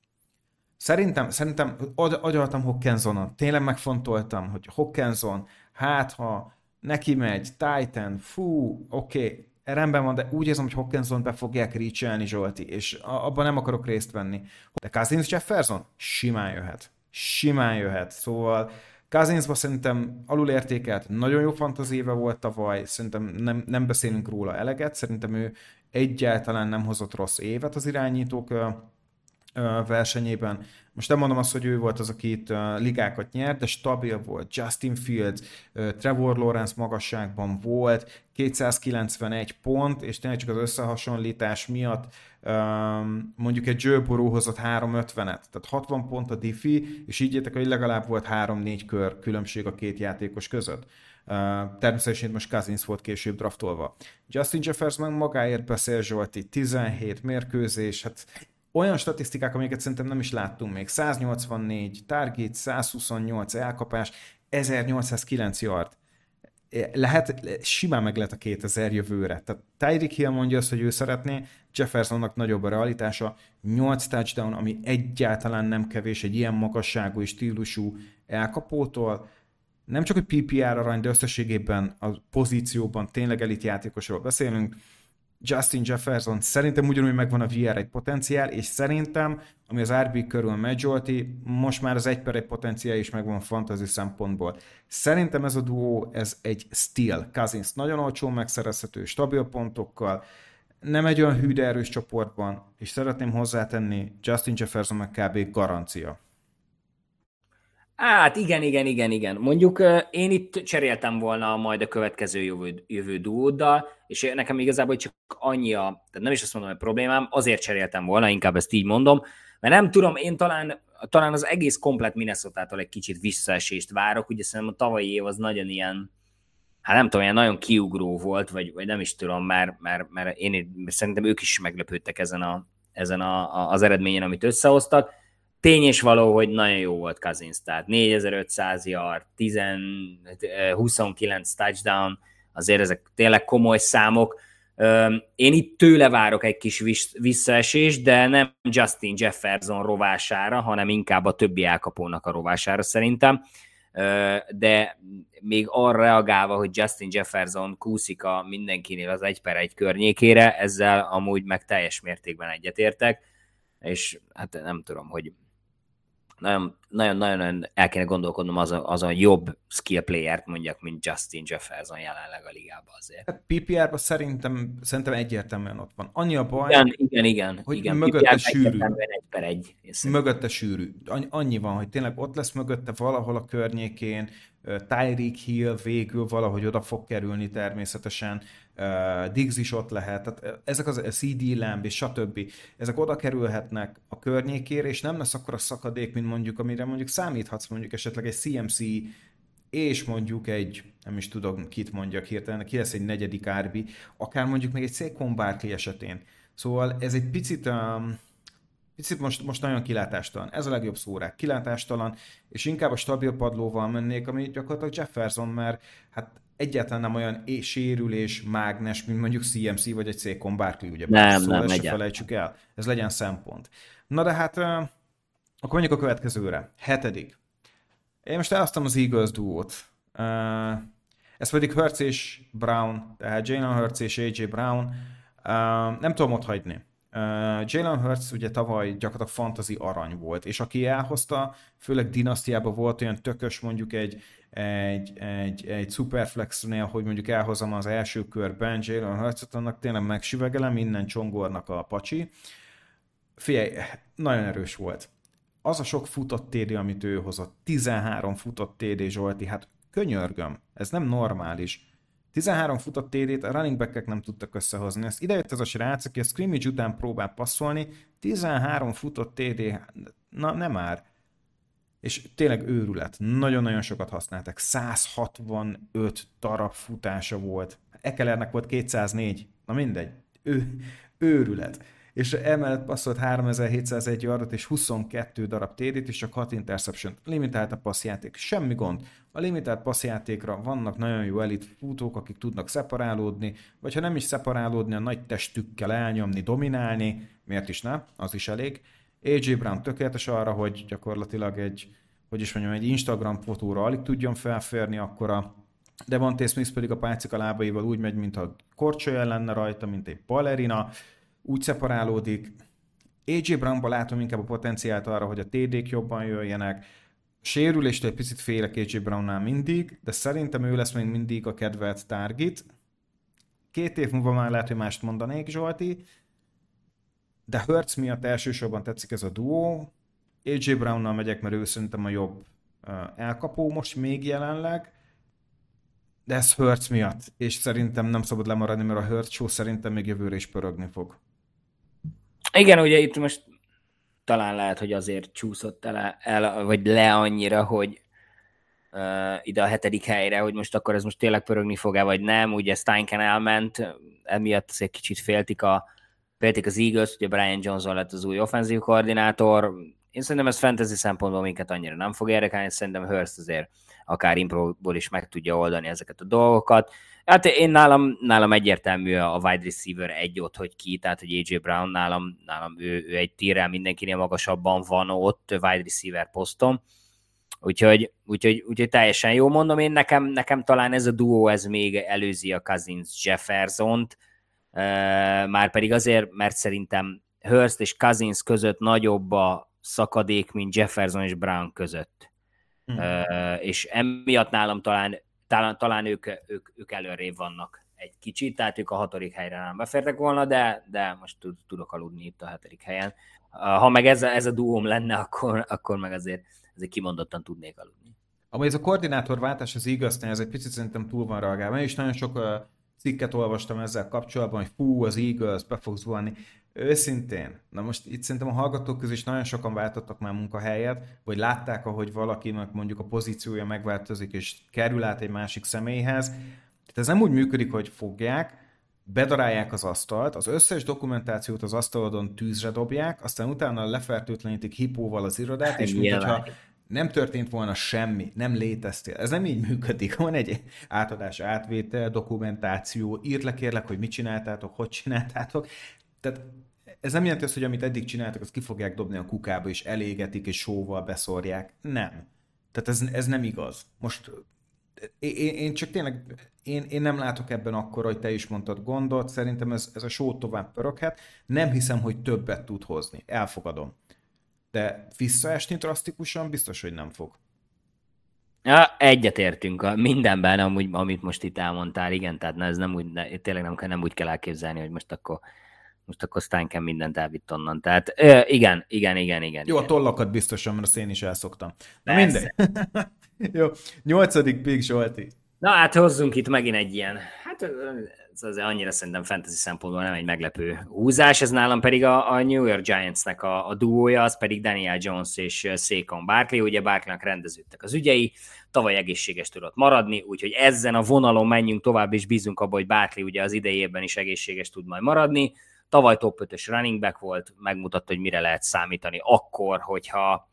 Szerintem agyaltam Hawkinsonon. Tényleg megfontoltam, hogy Hawkinson, hát ha neki megy, Titan, oké, rendben van, de úgy érzem, hogy Hawkinson be fogják reach-elni, Zsolti, és abban nem akarok részt venni. De Cousins Jefferson? Simán jöhet. Szóval Cousinsban szerintem alulértékelt, nagyon jó fantazíve volt tavaly, szerintem nem beszélünk róla eleget, szerintem ő egyáltalán nem hozott rossz évet az irányítók versenyében. Most nem mondom azt, hogy ő volt az, aki itt ligákat nyert, de stabil volt. Justin Fields, Trevor Lawrence magasságban volt, 291 pont, és tényleg csak az összehasonlítás miatt mondjuk egy Joe Burrow hozott 350-et, tehát 60 pont a diffi, és így értek, hogy legalább volt 3-4 kör különbség a két játékos között. Természetesen most Cousins volt később draftolva. Justin Jefferson magáért beszél, Zsolti, 17 mérkőzés, hát olyan statisztikák, amiket szerintem nem is láttunk még. 184 target, 128 elkapás, 1809 yard. Simán meg lehet a 2000 jövőre. Tehát Tyreek Hill mondja azt, hogy ő szeretné, Jeffersonnak nagyobb a realitása, 8 touchdown, ami egyáltalán nem kevés egy ilyen magasságú és stílusú elkapótól. Nem csak, hogy PPR arany, de összességében a pozícióban tényleg elit játékosról beszélünk. Justin Jefferson szerintem ugyanúgy megvan a VR1 potenciál, és szerintem, ami az RB körül megy, Zsolti, most már az 1/1 potenciál is megvan fantasy szempontból. Szerintem ez a duó, ez egy steal. Cousins nagyon olcsó megszerezhető, stabil pontokkal, nem egy olyan hű, de erős csoportban, és szeretném hozzátenni, Justin Jefferson meg kb. Garancia. Hát igen. Mondjuk én itt cseréltem volna majd a következő jövő duóddal, és nekem igazából csak annyi tehát nem is azt mondom, hogy problémám, azért cseréltem volna, inkább ezt így mondom, mert nem tudom, én talán az egész komplet Minnesota-tól egy kicsit visszaesést várok, ugye szerintem a tavalyi év az nagyon ilyen, hát nem tudom, ilyen nagyon kiugró volt, vagy nem is tudom, mert én szerintem ők is meglepődtek ezen az eredményen, amit összehoztak. Tény és való, hogy nagyon jó volt Cousins, tehát 4500 yard, 29 touchdown, azért ezek tényleg komoly számok. Én itt tőle várok egy kis visszaesést, de nem Justin Jefferson rovására, hanem inkább a többi elkapónak a rovására szerintem. De még arra reagálva, hogy Justin Jefferson kúszik a mindenkinél az 1/1 környékére, ezzel amúgy meg teljes mértékben egyetértek, és hát nem tudom, hogy nagyon el kéne gondolkodnom azon jobb skill playert mondjak, mint Justin Jefferson jelenleg a ligában azért. Hát PPR-ban szerintem egyértelműen ott van. Annyi a baj, hogy mögötte sűrű. 1/1. Mögötte sűrű. Annyi van, hogy tényleg ott lesz mögötte valahol a környékén, Tyreek Hill végül valahogy oda fog kerülni természetesen, Diggs is ott lehet, tehát ezek a CD Lamb és stb. Ezek oda kerülhetnek a környékére, és nem lesz akkor a szakadék, mint mondjuk, amire mondjuk számíthatsz, mondjuk esetleg egy CMC, és mondjuk nem is tudom, kit mondjak hirtelen, ki lesz egy negyedik RB, akár mondjuk még egy Saquon Barkley esetén. Szóval ez egy picit most nagyon kilátástalan. Ez a legjobb szó rá. Kilátástalan, és inkább a stabil padlóval mennék, ami gyakorlatilag Jefferson, mert hát egyáltalán nem olyan sérülés mágnes, mint mondjuk CMC vagy egy Saquon Barkley, ugye? Nem, ezt se felejtsük el. Ez legyen szempont. Na de hát akkor mondjuk a következőre. 7. Én most elhoztam az Eagles duót. Ez pedig Hurts és Brown, tehát Jalen Hurts és AJ Brown. Nem tudom ott hagyni. Jalen Hurts ugye tavaly gyakorlatilag fantasy arany volt, és aki elhozta, főleg dinasztiában volt olyan tökös mondjuk egy Superflexnél, hogy mondjuk elhozom az első körben Jalen Hurts-ot, annak tényleg megsüvegelem, innen csongornak a pacsi. Figyelj, nagyon erős volt. Az a sok futott TD, amit ő hozott, 13 futott TD, Zsolti, hát könyörgöm, ez nem normális. 13 futott TD-t a running back-ek nem tudtak összehozni. Ezt idejött ez a srác, aki a scrimmage után próbál passzolni, 13 futott TD, na nem már. És tényleg őrület. Nagyon-nagyon sokat használtak. 165 darab futása volt. Ekelernek volt 204. Na mindegy. Őrület. És emellett passzolt 3701 yardot és 22 darab TD-t, és csak 6 interception. Limitált a passzjáték. Semmi gond. A limitált passzjátékra vannak nagyon jó elit futók, akik tudnak szeparálódni, vagy ha nem is szeparálódni, a nagy testükkel elnyomni, dominálni. Miért is ne? Az is elég. AJ Brown tökéletes arra, hogy gyakorlatilag egy Instagram fotóra alig tudjon felférni, akkor a Devontae Smith pedig a pálcika lábaival úgy megy, mintha korcsolya lenne rajta, mint egy ballerina, úgy szeparálódik. AJ Brownban látom inkább a potenciált arra, hogy a TD-k jobban jöjjenek. Sérüléstől egy picit félek AJ Brownnál mindig, de szerintem ő lesz még mindig a kedvelt target. 2 év múlva már lehet, hogy mást mondanék, Zsolti, de Hurts miatt elsősorban tetszik ez a duó. AJ Brownnal megyek, mert ő szerintem a jobb elkapó most még jelenleg, de ez Hurts miatt, és szerintem nem szabad lemaradni, mert a Hurts show szerintem még jövőre is pörögni fog. Igen, ugye itt most talán lehet, hogy azért csúszott el vagy le annyira, hogy ide a 7. helyre, hogy most akkor ez most tényleg pörögni fog-e, vagy nem. Ugye Steinken elment, emiatt azért kicsit féltik az Eagles, ugye Brian Johnson lett az új offenzív koordinátor. Én szerintem ez fantasy szempontból minket annyira nem fog érdekelni, szerintem Hurst azért akár improból is meg tudja oldani ezeket a dolgokat. Hát én nálam egyértelmű a wide receiver ott, hogy ki, tehát hogy AJ Brown nálam ő egy tírrel mindenkinél magasabban van ott wide receiver poszton. Úgyhogy teljesen jó, mondom én, nekem talán ez a duó, ez még előzi a Cousins Jeffersont, már pedig azért, mert szerintem Hurst és Cousins között nagyobb a szakadék, mint Jefferson és Brown között. És emiatt nálam talán ők előrébb vannak egy kicsit, tehát ők a 6. helyre nem befértek volna, de most tudok aludni itt a 7. helyen. Ha meg ez a duóm lenne, akkor meg azért kimondottan tudnék aludni. Amúgy ez a koordinátorváltás az Eaglesnél, ez egy picit szerintem túl van reagálva. Én is nagyon sok cikket olvastam ezzel kapcsolatban, hogy fú, az Eagles be fog zuhanni. Őszintén, na most itt szerintem a hallgatók közül is nagyon sokan váltottak már munkahelyet, vagy látták, ahogy valakinek mondjuk a pozíciója megváltozik, és kerül át egy másik személyhez. Tehát ez nem úgy működik, hogy fogják, bedarálják az asztalt, az összes dokumentációt az asztalodon tűzre dobják, aztán utána lefertőtlenítik hipóval az irodát, és mintha nem történt volna semmi, nem léteztél. Ez nem így működik. Van egy átadás, átvétel, dokumentáció, írd le kérlek, hogy mit csináltátok, hogy csináltátok. Tehát ez nem jelenti azt, hogy amit eddig csináltak, azt ki fogják dobni a kukába, és elégetik, és sóval beszórják. Nem. Tehát ez nem igaz. Most én csak tényleg, én nem látok ebben akkor, hogy te is mondtad gondot, szerintem ez a show tovább pöröghet. Nem hiszem, hogy többet tud hozni. Elfogadom. De visszaesni drasztikusan biztos, hogy nem fog. Ja, egyetértünk mindenben, amit most itt elmondtál, igen, tehát ez nem úgy, tényleg nem úgy kell elképzelni, hogy most akkor Steinken mindent elvitt onnan. Tehát igen. Jó, a tollakat biztosan, mert azt én is elszoktam. Na mindegy. Jó, 8. pick, Zsolti. Na hát hozzunk itt megint egy ilyen, hát ez azért annyira szerintem fantasy szempontból nem egy meglepő húzás, ez nálam pedig a New York Giantsnek a duója, az pedig Daniel Jones és Saquon Barkley, ugye Barkleynak rendeződtek az ügyei, tavaly egészséges tudott maradni, úgyhogy ezen a vonalon menjünk tovább, és bízunk abba, hogy Barkley ugye az idejében is egészséges tud majd maradni. Tavaly top 5-ös running back volt, megmutatta, hogy mire lehet számítani akkor, hogyha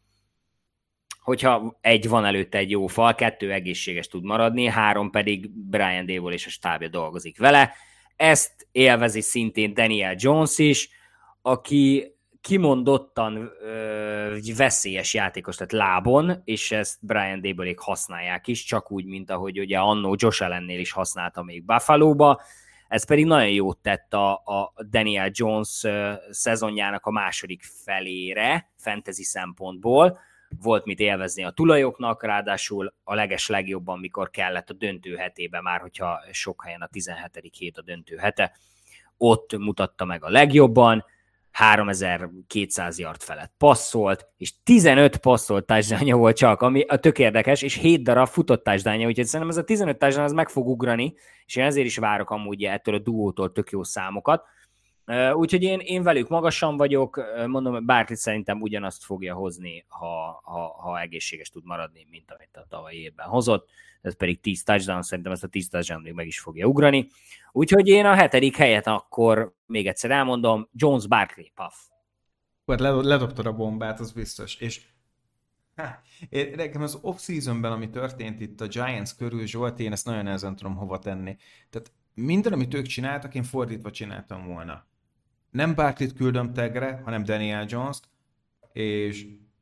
van előtte egy jó fal, 2 egészséges tud maradni, 3 pedig Brian Daboll és a stábja dolgozik vele. Ezt élvezi szintén Daniel Jones is, aki kimondottan veszélyes játékos, tehát lábon, és ezt Brian Dabollék használják is, csak úgy, mint ahogy ugye annó Josh Allennél is használta még Buffalo-ba. Ez pedig nagyon jót tett a Daniel Jones szezonjának a második felére, fantasy szempontból. Volt mit élvezni a tulajoknak, ráadásul a legjobban, mikor kellett a döntő hetében, már hogyha sok helyen a 17. hét a döntő hete, ott mutatta meg a legjobban, 3200 yard felett passzolt, és 15 passzolt touchdownja volt csak, ami a tök érdekes, és 7 darab futott touchdownja, úgyhogy szerintem ez a 15 touchdown az meg fog ugrani, és én ezért is várok amúgy ettől a duótól tök jó számokat. Úgyhogy én velük magasan vagyok, mondom, Barkley szerintem ugyanazt fogja hozni, ha egészséges tud maradni, mint amit a tavalyi évben hozott, ez pedig 10 touchdown, szerintem ezt a 10 touchdown még meg is fogja ugrani. Úgyhogy én a 7. helyet akkor még egyszer elmondom, Jones, Barkley, puff. Ledobtad a bombát, az biztos. És nekem az off-seasonben, ami történt itt a Giants körül, Zsolt, én ezt nagyon nehezen tudom hova tenni. Tehát minden, amit ők csináltak, én fordítva csináltam volna. Nem Barkleyt küldöm tegre, hanem Daniel Jones-t, és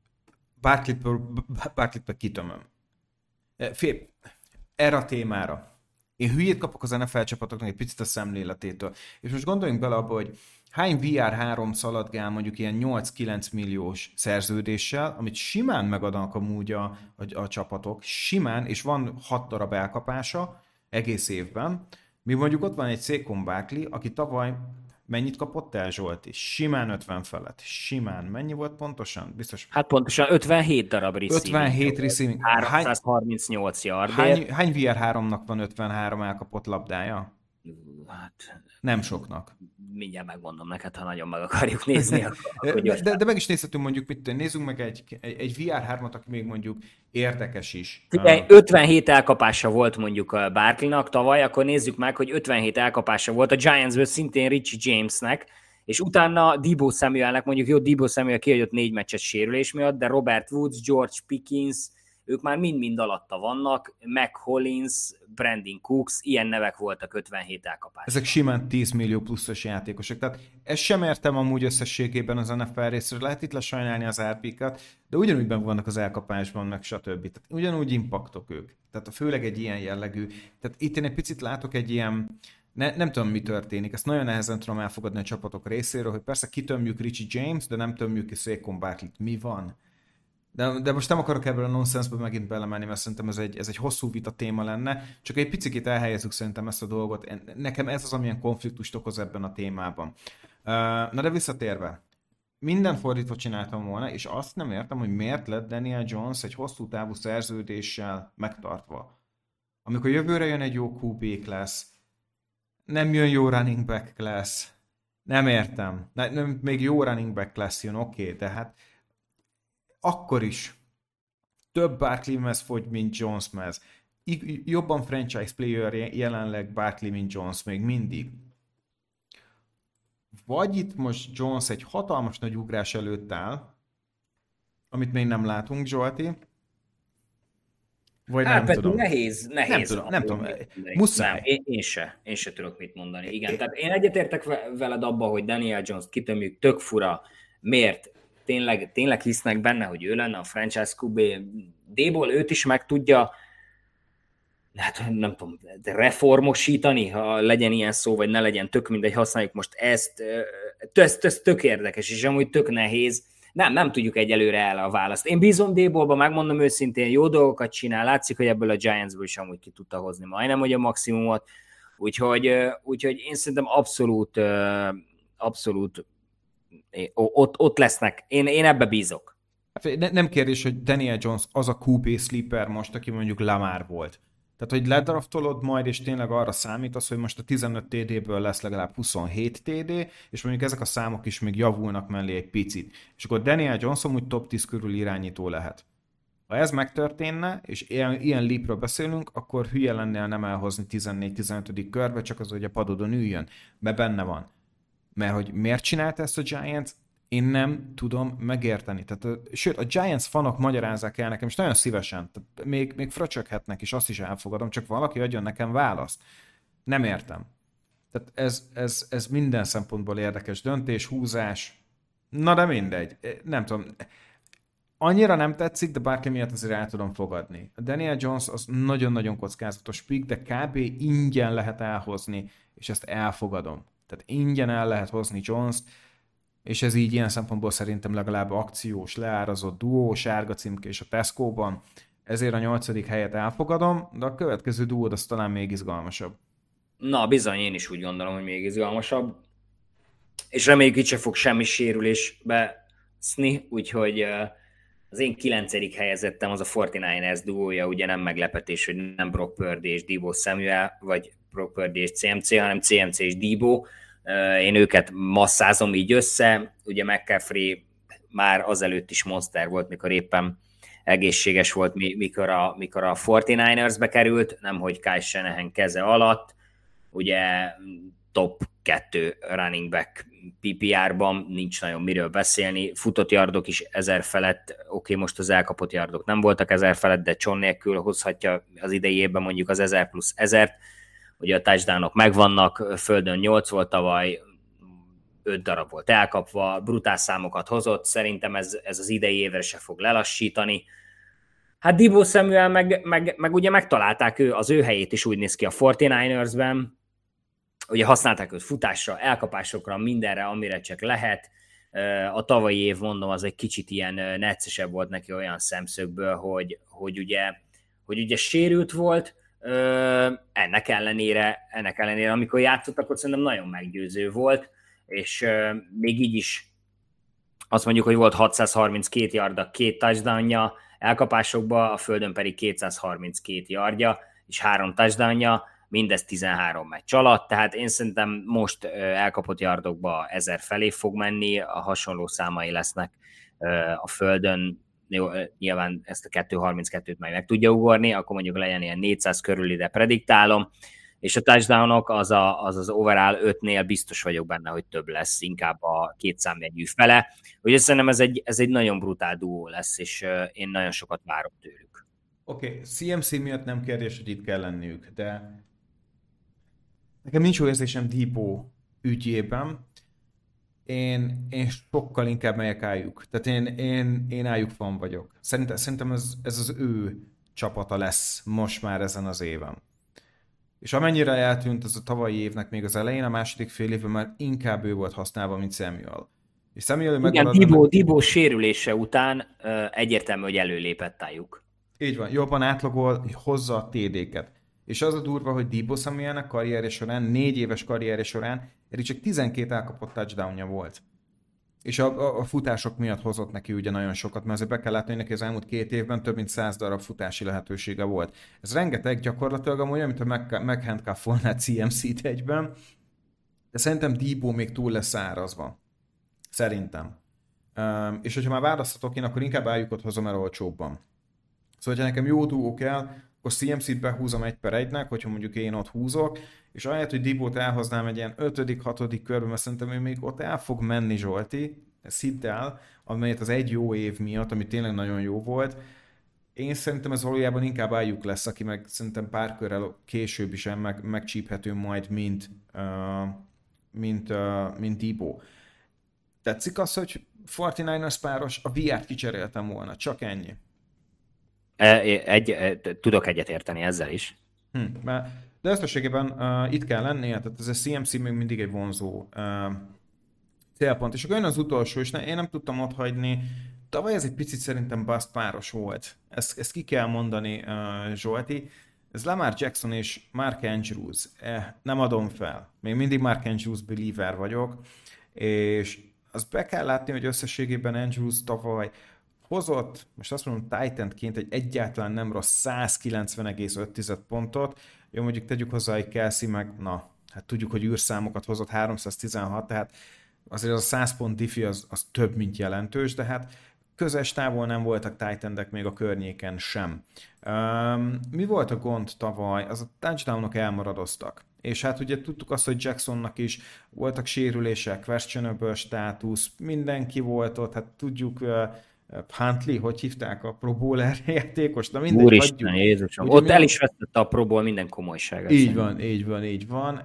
Barkleyt kitömöm. Erre a témára. Én hülyét kapok az NFL csapatoknak egy picit a szemléletétől. És most gondoljunk bele abba, hogy hány VR3 szaladgál mondjuk ilyen 8-9 milliós szerződéssel, amit simán megadnak amúgy a csapatok, simán, és van 6 darab elkapása egész évben. Mi mondjuk ott van egy Saquon Barkley, aki tavaly Mennyit kapott el Zsolti? Simán 50 felett. Simán. Mennyi volt pontosan? Biztos. Hát pontosan 57 darab receiving 57 receiving. 338 yardért. Hány VR3-nak van 53 elkapott labdája? Hát, nem soknak. Mindjárt megmondom neked, ha nagyon meg akarjuk nézni. Akkor de meg is nézhetünk mondjuk, nézzünk meg egy VR3-at, aki még mondjuk érdekes is. Figyelj, 57 elkapása volt mondjuk a Barkleynak tavaly, akkor nézzük meg, hogy 57 elkapása volt a Giantsből szintén Richie Jamesnek, és utána Deebo Samuelnek, mondjuk jó, Deebo Samuel kiadott 4 meccset sérülés miatt, de Robert Woods, George Pickens, ők már mind-mind alatta vannak, Mac Hollins, Brandon Cooks, ilyen nevek voltak 57 elkapás. Ezek simán 10 millió pluszos játékosok, tehát ezt sem értem amúgy összességében az NFL részről, lehet itt lesajnálni az RP-kat, de ugyanúgy benne vannak az elkapásban, meg stb. Tehát ugyanúgy impaktok ők, tehát főleg egy ilyen jellegű, tehát itt én egy picit látok egy ilyen, nem tudom, mi történik, ezt nagyon nehezen tudom elfogadni a csapatok részéről, hogy persze kitömjük Richie James, de nem tömjük ki Saquon Barkleyt. Mi van? De most nem akarok ebből a nonsense-be megint belemenni, mert szerintem ez egy hosszú vita téma lenne, csak egy picit elhelyezzük szerintem ezt a dolgot. Nekem ez az, amilyen konfliktust okoz ebben a témában. Na de visszatérve, minden fordítva csináltam volna, és azt nem értem, hogy miért lett Daniel Jones egy hosszú távú szerződéssel megtartva. Amikor jövőre jön egy jó QB lesz, nem jön jó running back lesz, nem értem. Még jó running back lesz jön, oké, de hát akkor is több Barkley-mez fogy, mint Jones-mez. Jobban franchise player jelenleg Barkley, mint Jones még mindig. Vagy itt most Jones egy hatalmas nagy ugrás előtt áll, amit még nem látunk, Zsolti. Vagy hát nem tudom. Nehéz. Nem tudom. Muszáj. Nem, én se tudok mit mondani. Igen, tehát én egyetértek veled abban, hogy Daniel Jones-t kitömjük, tök fura. Miért? Tényleg hisznek benne, hogy ő lenne a franchise QB. D-ból őt is meg tudja, hát nem tudom, reformosítani, ha legyen ilyen szó, vagy ne legyen, tök mindegy, használjuk most ezt. Ez tök érdekes, és amúgy tök nehéz. Nem tudjuk egyelőre el a választ. Én bízom D-bólba, megmondom őszintén, jó dolgokat csinál, látszik, hogy ebből a Giantsból is amúgy ki tudta hozni majdnem, hogy a maximumot. Úgyhogy én szerintem abszolút ott lesznek. Én ebbe bízok. Nem kérdés, hogy Daniel Jones az a QB sleeper most, aki mondjuk Lamar volt. Tehát, hogy ledraftolod majd, és tényleg arra számítasz, hogy most a 15 TD-ből lesz legalább 27 TD, és mondjuk ezek a számok is még javulnak mellé egy picit. És akkor Daniel Jones amúgy top 10 körül irányító lehet. Ha ez megtörténne, és ilyen leapről beszélünk, akkor hülye lennél nem elhozni 14-15. körbe, csak az, hogy a padodon üljön, mert benne van. Mert hogy miért csinálta ezt a Giants, én nem tudom megérteni. Tehát, sőt, a Giants fanok magyarázzák el nekem, és nagyon szívesen. Tehát még fröcsöghetnek, és azt is elfogadom, csak valaki adjon nekem választ. Nem értem. Tehát ez minden szempontból érdekes döntés, húzás. Na de mindegy. Nem tudom. Annyira nem tetszik, de bárki miatt azért el tudom fogadni. A Daniel Jones az nagyon-nagyon kockázatos pick, de kb. Ingyen lehet elhozni, és ezt elfogadom. Tehát ingyen el lehet hozni Jones-t, és ez így ilyen szempontból szerintem legalább akciós, leárazott duó, sárga címke és a Tesco-ban. Ezért a 8. helyet elfogadom, de a következő duód az talán még izgalmasabb. Na, bizony, én is úgy gondolom, hogy még izgalmasabb. És reméljük, itt se fog semmi sérülésbe szni, úgyhogy az én 9. helyezettem az a 49ers duója, ugye nem meglepetés, hogy nem Brock Purdy és Deebo Samuel, vagy Brock Purdy és CMC, hanem CMC és Deebo. Én őket masszázom így össze, ugye McCaffrey már azelőtt is monster volt, mikor éppen egészséges volt, mikor a 49ersbe került, nemhogy Kyle Shanahan keze alatt, ugye top 2 running back PPR-ban, nincs nagyon miről beszélni, futott yardok is 1000 felett, oké, most az elkapott yardok nem voltak 1000 felett, de John nélkül hozhatja az idejében mondjuk az 1000 plusz 1000-t, ugye a touchdownok megvannak, földön 8 volt tavaly, 5 darab volt elkapva, brutál számokat hozott, szerintem ez az idei évre se fog lelassítani. Hát Deebo Samuel meg ugye megtalálták az ő helyét is, úgy néz ki a 49ersben, ugye használták őt futásra, elkapásokra, mindenre, amire csak lehet. A tavalyi év, mondom, az egy kicsit ilyen neccesebb volt neki olyan szemszögből, hogy ugye sérült volt, ennek ellenére, amikor játszott, akkor szerintem nagyon meggyőző volt. és még így is azt mondjuk, hogy volt 632 yarda, 2 touchdownja, elkapásokba, a földön pedig 232 yardja, és 3 touchdownja, mindez 13 meccs alatt, tehát én szerintem most elkapott yardokba 1000 felé fog menni, a hasonló számai lesznek a földön, jó, nyilván ezt a 232-t meg tudja ugorni, akkor mondjuk legyen ilyen 400 körül, ide prediktálom, és a touchdownok az overall 5-nél biztos vagyok benne, hogy több lesz, inkább a két számjegyű fele. Úgyhogy szerintem ez egy nagyon brutál duó lesz, és én nagyon sokat várok tőlük. Oké, CMC miatt nem kérdés, hogy itt kell lenniük, de nekem nincs jó érzésem Debo ügyében. Én sokkal inkább megyek álljuk. Tehát én álljuk fan vagyok. Szerintem ez az ő csapata lesz most már ezen az éven. És amennyire eltűnt az a tavalyi évnek még az elején, a második fél évben már inkább ő volt használva, mint Samuel. És Samuel igen, Debo sérülése után egyértelmű, hogy előlépett álljuk. Így van, jobban átlagol, hozza a TD-ket. És az a durva, hogy Debo Samuelnek karrierje során, 4 éves karrierje során, eddig csak 12 elkapott touchdownja volt. És a futások miatt hozott neki ugye nagyon sokat, mert azért be kell látni, hogy neki az elmúlt 2 évben több mint 100 darab futási lehetősége volt. Ez rengeteg, gyakorlatilag amúgy, mint ha meghandcuff-olná CMC-t egyben, de szerintem Debo még túl lesz szárazva. Szerintem. És hogyha már választhatok én, akkor inkább álljukot hozom el olcsóbban. Szóval, ha nekem jó duó kell, akkor CMC-t behúzom 1/1-nek, hogyha mondjuk én ott húzok, és ahelyett, hogy Dibót elhoznám egy ilyen 5.-6. körben, mert szerintem ő még ott el fog menni, Zsolti, ezt hidd el, amelyet az egy jó év miatt, ami tényleg nagyon jó volt. Én szerintem ez valójában inkább álljuk lesz, aki meg szerintem pár körrel később is megcsíphető majd, mint Dibó. Tetszik az, hogy 49ers páros, a VR-t kicseréltem volna, csak ennyi. Tudok egyet érteni ezzel is. De összességében itt kell lennie, tehát ez a CMC még mindig egy vonzó célpont. És akkor jön az utolsó, és én nem tudtam otthagyni. Tavaly ez egy picit szerintem bust páros volt. Ezt ki kell mondani, Zsolti. Ez Lamar Jackson és Mark Andrews. Nem adom fel. Még mindig Mark Andrews believer vagyok. És azt be kell látni, hogy összességében Andrews tavaly hozott, most azt mondom Titanként egy egyáltalán nem rossz 190,5 pontot. Jó, mondjuk tegyük hozzá, hogy Kelsey meg, hát tudjuk, hogy űrszámokat hozott 316, tehát azért az a 100 pont diffi az több, mint jelentős, de hát közes távol nem voltak Titan-ek még a környéken sem. Mi volt a gond tavaly? Az a touchdownok elmaradoztak. És hát ugye tudtuk azt, hogy Jacksonnak is voltak sérülések, questionable státusz, mindenki volt ott, hát tudjuk, Huntley, hogy hívták a Pro Bowler játékos? Na mindegy, Úristen, Jézusom. Ott el is vesztette a Pro Bowl minden komolyságát. Így van.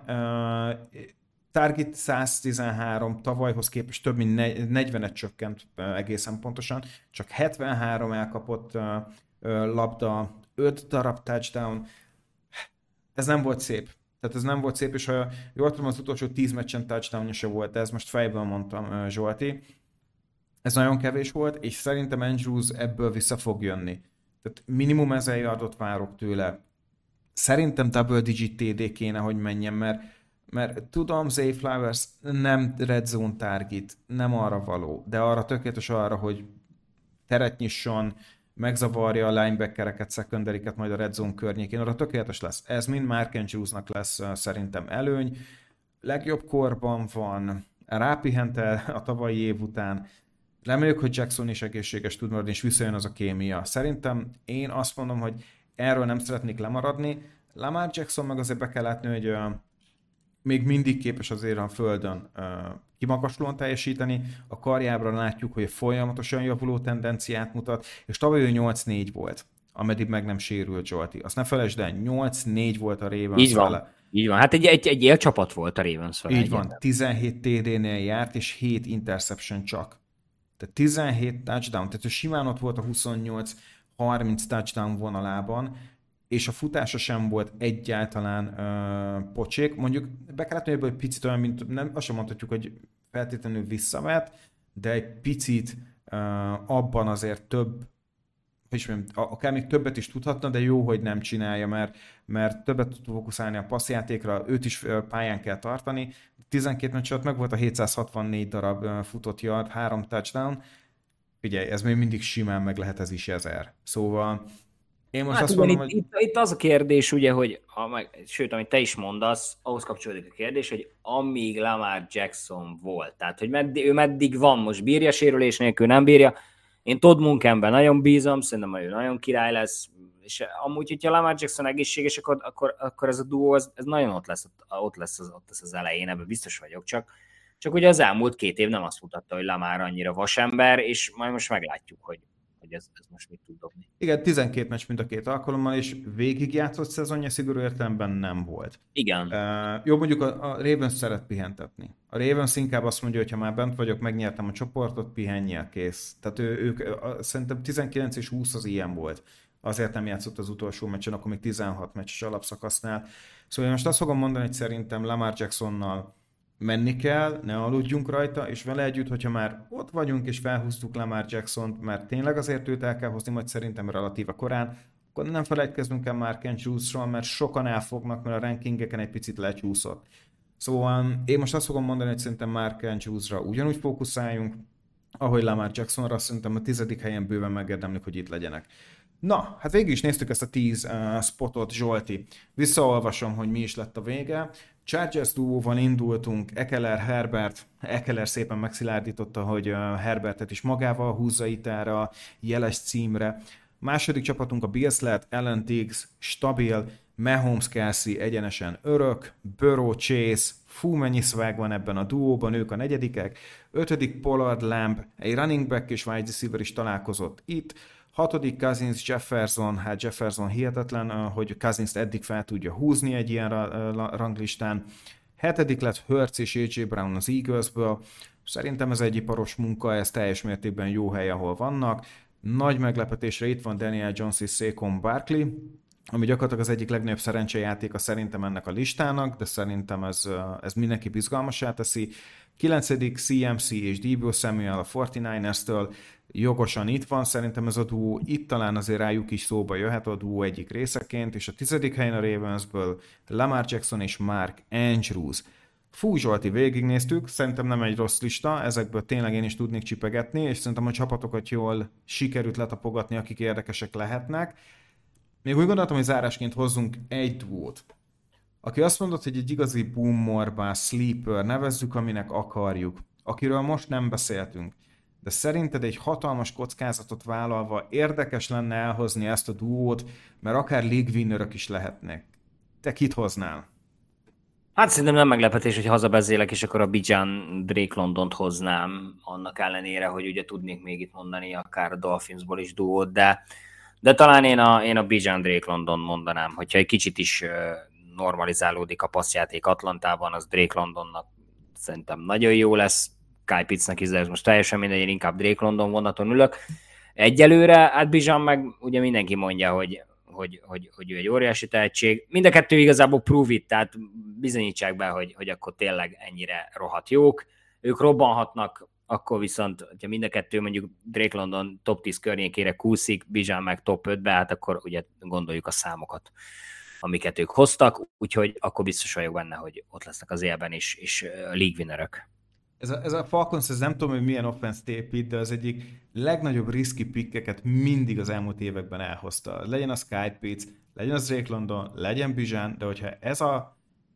Target 113, tavalyhoz képest több mint 40-et csökkent egészen pontosan, csak 73 elkapott labda, 5 darab touchdown. Ez nem volt szép. Tehát ez nem volt szép, és ha jól tudom, az utolsó 10 meccsen touchdownja se volt, de ez most fejből mondtam, Zsolti. Ez nagyon kevés volt, és szerintem Andrews ebből vissza fog jönni. Tehát minimum 1000 yardot várok tőle. Szerintem double digit TD kéne, hogy menjen, mert tudom, Zay Flowers nem red zone target, nem arra való, de arra tökéletes arra, hogy teret nyisson, megzavarja a linebackereket, secondary-ket majd a red zone környékén, arra tökéletes lesz. Ez mind Mark Andrewsnak lesz szerintem előny. Legjobb korban van, rápihent el a tavalyi év után. Reméljük, hogy Jackson is egészséges tud maradni, és visszajön az a kémia. Szerintem én azt mondom, hogy erről nem szeretnék lemaradni. Lamar Jackson meg azért be kell látni, hogy még mindig képes azért a földön kimagaslóan teljesíteni. A karjábra látjuk, hogy folyamatosan javuló tendenciát mutat, és tavaly ő 8-4 volt, ameddig meg nem sérült, Zsolti. Azt ne felejtsd el, 8-4 volt a Ravens. Így van, hát egy élcsapat volt a Ravens vele. Így van, 17 TD-nél járt, és 7 interception csak. Tehát 17 touchdown, tehát ő simán ott volt a 28-30 touchdown vonalában, és a futása sem volt egyáltalán pocsék. Mondjuk be kellett, hogy ebből egy picit olyan, mint nem, azt sem mondhatjuk, hogy feltétlenül visszavett, de egy picit abban azért több, és akár még többet is tudhatna, de jó, hogy nem csinálja, mert többet tud fókuszálni a passzjátékra, őt is pályán kell tartani. 12 meccs alatt meg volt a 764 darab futott yard, 3 touchdown. Figyelj, ez még mindig simán meg lehet ez is 1000. Szóval én most Hát azt igen, mondom, hogy... itt az a kérdés, ugye, hogy sőt, amit te is mondasz, ahhoz kapcsolódik a kérdés, hogy amíg Lamar Jackson volt, tehát hogy ő meddig van, most bírja sérülés nélkül, nem bírja. Én Todd Munkenben nagyon bízom, szerintem ő nagyon király lesz, és amúgy, hogyha Lamar Jackson egészséges, akkor ez a duó, ez nagyon ott lesz az elején, ebben biztos vagyok, csak ugye az elmúlt 2 év nem azt mutatta, hogy Lamar annyira vasember, és majd most meglátjuk, hogy ez most mit tud dobni. Igen, 12 meccs mind a 2 alkalommal, és végigjátszott szezonja szigorú értelemben nem volt. Igen. Jó, mondjuk a Ravens szeret pihentetni. A Ravens inkább azt mondja, hogy ha már bent vagyok, megnyertem a csoportot, pihenjél, kész. Tehát ők szerintem 19 és 20 az ilyen volt. Azért nem játszott az utolsó meccsen, akkor még 16 meccses alapszakasznál. Szóval én most azt fogom mondani, hogy szerintem Lamar Jacksonnal menni kell, ne aludjunk rajta, és vele együtt, hogyha már ott vagyunk, és felhúztuk Lamar Jacksont, mert tényleg azért őt el kell hozni, majd szerintem relatíve korán, akkor nem felejtkeznünk el Mark Andrewsról, mert sokan elfognak, mert a rankingeken egy picit lecsúszott. Szóval én most azt fogom mondani, hogy szerintem Mark Andrewsra ugyanúgy fókuszáljunk, ahogy Lamar Jacksonra, szerintem a 10. helyen bőven megérdemlik, hogy itt legyenek. Na, hát végig is néztük ezt a 10 spotot, Zsolti. Visszaolvasom, hogy mi is lett a vége. Chargers duóval indultunk, Ekeler, Herbert. Ekeler szépen megszilárdította, hogy Herbertet is magával húzza itt erre a jeles címre. Második csapatunk a Bills lett, Allen Diggs, stabil, Mahomes, Kelsey egyenesen örök, Burrow, Chase, fú, mennyi swag van ebben a duóban, ők a negyedikek. 5. Pollard, Lamb, egy running back és wide receiver is találkozott itt. 6. Cousins, Jefferson, hát Jefferson hihetetlen, hogy Cousins-t eddig fel tudja húzni egy ilyen ranglistán. 7. lett Hurts és A.J. Brown az Eaglesből. Szerintem ez egy iparos munka, ez teljes mértékben jó hely, ahol vannak. Nagy meglepetésre itt van Daniel Jones és Saquon Barkley, ami gyakorlatilag az egyik legnagyobb szerencsejátéka szerintem ennek a listának, de szerintem ez mindenki izgalmassá teszi. 9. CMC és Deebo Samuel a 49ers-től, jogosan itt van, szerintem ez a duó, itt talán azért rájuk is szóba jöhet a duó egyik részeként, és a 10. helyen a Ravensből Lamar Jackson és Mark Andrews. Fú, Zsolti, végignéztük, szerintem nem egy rossz lista, ezekből tényleg én is tudnék csipegetni, és szerintem a csapatokat jól sikerült letapogatni, akik érdekesek lehetnek. Még úgy gondoltam, hogy zárásként hozzunk egy duót. Aki azt mondott, hogy egy igazi boom-morbás, sleeper, nevezzük, aminek akarjuk, akiről most nem beszéltünk, de szerinted egy hatalmas kockázatot vállalva érdekes lenne elhozni ezt a duót, mert akár league winnerök is lehetnek. Te kit hoznál? Hát szerintem nem meglepetés, hogy hazabeszélek, és akkor a Bijan Drake Londont hoznám, annak ellenére, hogy ugye tudnék még itt mondani akár a Dolphinsból is duót, de talán én a Bijan Drake London mondanám, hogyha egy kicsit is normalizálódik a passzjáték Atlantában, az Drake Londonnak szerintem nagyon jó lesz, Kyle Pittsnek is, de ez most teljesen mindegy, én inkább Drake London vonaton ülök. Egyelőre, hát Bijan meg ugye mindenki mondja, hogy ő egy óriási tehetség. Mind a kettő igazából prove it, tehát bizonyítsák be, hogy akkor tényleg ennyire rohadt jók. Ők robbanhatnak, akkor viszont, ha mind a kettő mondjuk Drake London top 10 környékére kúszik, Bijan meg top 5-be, hát akkor ugye gondoljuk a számokat, amiket ők hoztak, úgyhogy akkor biztos vagyok benne, hogy ott lesznek az élben is, és league winnerök. Ez a Falcons, ez nem tudom, hogy milyen offense-t épít, de az egyik legnagyobb risky pickeket mindig az elmúlt években elhozta. Legyen az Kyle Pitts, legyen az Drake London, legyen Bijan, de hogyha ez a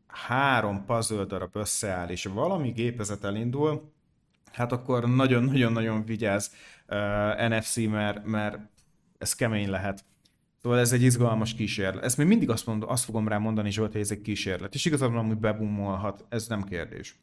3 puzzle darab összeáll, és valami gépezet elindul, hát akkor nagyon-nagyon-nagyon vigyázz NFC, mert ez kemény lehet. Szóval ez egy izgalmas kísérlet. Ezt még mindig azt fogom rá mondani, Zsolt, hogy ez egy kísérlet. És igazából hogy bebumolhat, ez nem kérdés.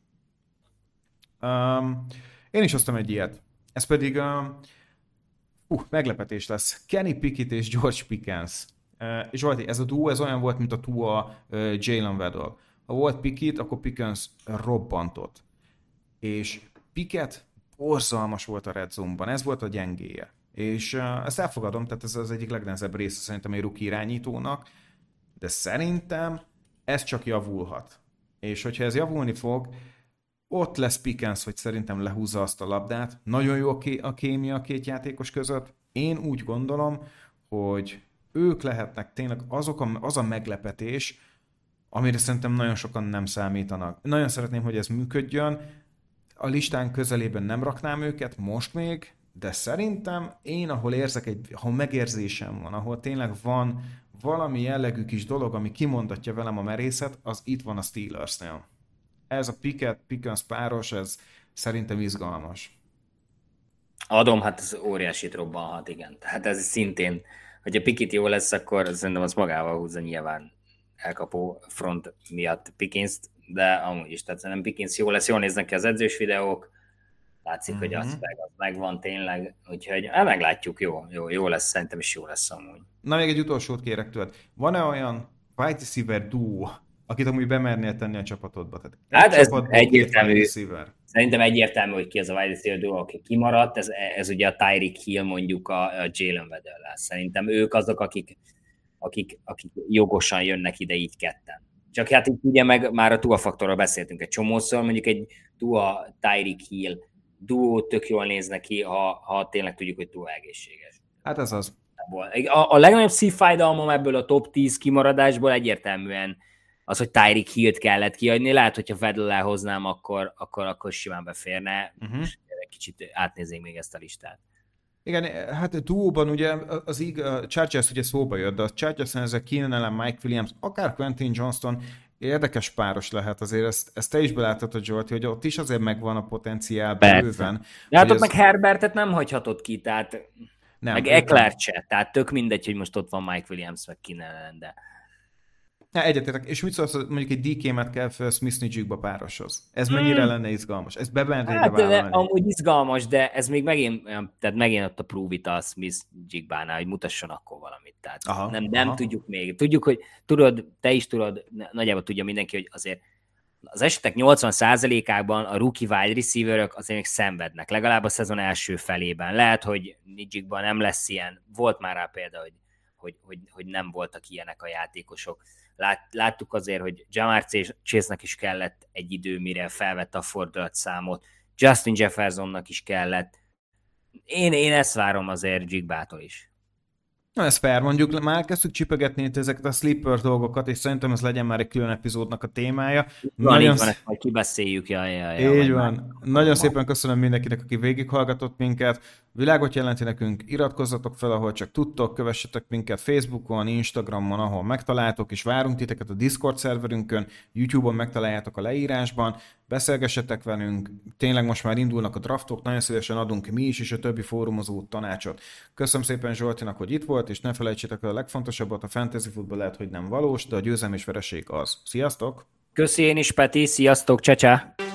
Én is hoztam egy ilyet. Ez pedig meglepetés lesz. Kenny Pickett és George Pickens. És Zsolti, ez a duó, ez olyan volt, mint a Tua Jalen Waddle. Ha volt Pickett, akkor Pickens robbantott. És Pickett borzalmas volt a red zone-ban. Ez volt a gyengéje. És ezt elfogadom, tehát ez az egyik legnehezebb része szerintem egy rookie irányítónak, de szerintem ez csak javulhat. És hogyha ez javulni fog, ott lesz Pickens, hogy szerintem lehúzza azt a labdát. Nagyon jó a kémia a két játékos között. Én úgy gondolom, hogy ők lehetnek tényleg az a meglepetés, amire szerintem nagyon sokan nem számítanak. Nagyon szeretném, hogy ez működjön. A listán közelében nem raknám őket most még, de szerintem én, ahol megérzésem van, ahol tényleg van valami jellegű kis dolog, ami kimondatja velem a merészet, az itt van a Steelersnél. Ez a Pickens páros, ez szerintem izgalmas. Adom, hát ez óriásit robbanhat, igen. Tehát ez szintén, hogyha Pickett jó lesz, akkor szerintem az magával húzza nyilván elkapó front miatt Pickenst, de amúgy is, tehát szerintem Pickens jó lesz, jól néznek ki az edzős videók, látszik, hogy az megvan tényleg, úgyhogy meglátjuk, jó lesz, szerintem is jó lesz amúgy. Na, még egy utolsót kérek tőled. Van-e olyan wide receiver duo, akit amúgy bemernél tenni a csapatodba? Tehát hát ez egyértelmű. Szerintem egyértelmű, hogy ki az a wide receiver duo, aki kimaradt. Ez ugye a Tyreek Hill mondjuk a Jalen Waddell-lel. Szerintem ők azok, akik jogosan jönnek ide így ketten. Csak hát itt ugye meg már a Tua faktorról beszéltünk egy csomószor, mondjuk egy Tua Tyreek Hill duó tök jól néz neki, ha tényleg tudjuk, hogy Tua egészséges. Hát ez az. A legnagyobb szívfájdalmam ebből a top 10 kimaradásból egyértelműen az, hogy Tyreek Hillt kellett kiadni. Lehet, hogyha Waddle-lel hoznám, akkor simán beférne. Kicsit átnézzék még ezt a listát. Igen, hát duóban ugye a Chargers ugye szóba jött, de a Chargers-en ezek Keenan Allen, Mike Williams, akár Quentin Johnston érdekes páros lehet azért, ezt te is beláthatod, Zsolti, hogy ott is azért megvan a potenciál bőven. De hát ott meg Herbertet nem hagyhatod ki, tehát nem, meg Eklert se, tehát tök mindegy, hogy most ott van Mike Williams, meg Keenan Allen, de... Egyetértek, és mit szólsz, mondjuk egy DK-met kell fel Smith-Nijigba pároshoz? Ez mennyire lenne izgalmas? Ez bebennéd vállalni? Amúgy izgalmas, de ez még megint ott a prove-it a Smith-Nijigbánál, hogy mutasson akkor valamit. Tehát nem tudjuk még. Tudjuk, hogy te is tudod, nagyjából tudja mindenki, hogy azért az esetek 80%-ában a rookie wide receiverök azért még szenvednek, legalább a szezon első felében. Lehet, hogy Nijigban nem lesz ilyen. Volt már rá példa, hogy nem voltak ilyenek a játékosok. Láttuk azért, hogy Jamar Chase-nek is kellett egy idő, mire felvette a fordulatszámot, Justin Jeffersonnak is kellett. Én ezt várom azért Jigbától is. Na, ez fair, mondjuk már kezdtük csipegetni itt ezeket a sleeper dolgokat, és szerintem ez legyen már egy külön epizódnak a témája. Van, ezt majd kibeszéljük. Így van. Nagyon szépen köszönöm mindenkinek, aki végighallgatott minket. Világot jelenti nekünk, iratkozzatok fel, ahol csak tudtok, kövessetek minket Facebookon, Instagramon, ahol megtaláltok, és várunk titeket a Discord szerverünkön, YouTube-on megtaláljátok a leírásban, beszélgessetek velünk, tényleg most már indulnak a draftok, nagyon szívesen adunk mi is, és a többi fórumozó tanácsot. Köszönöm szépen Zsoltinak, hogy itt volt, és ne felejtsétek el a legfontosabbat, a fantasy futball lehet, hogy nem valós, de a győzelem és vereség az. Sziasztok! Köszi én is, Peti, sziasztok, csá-csá!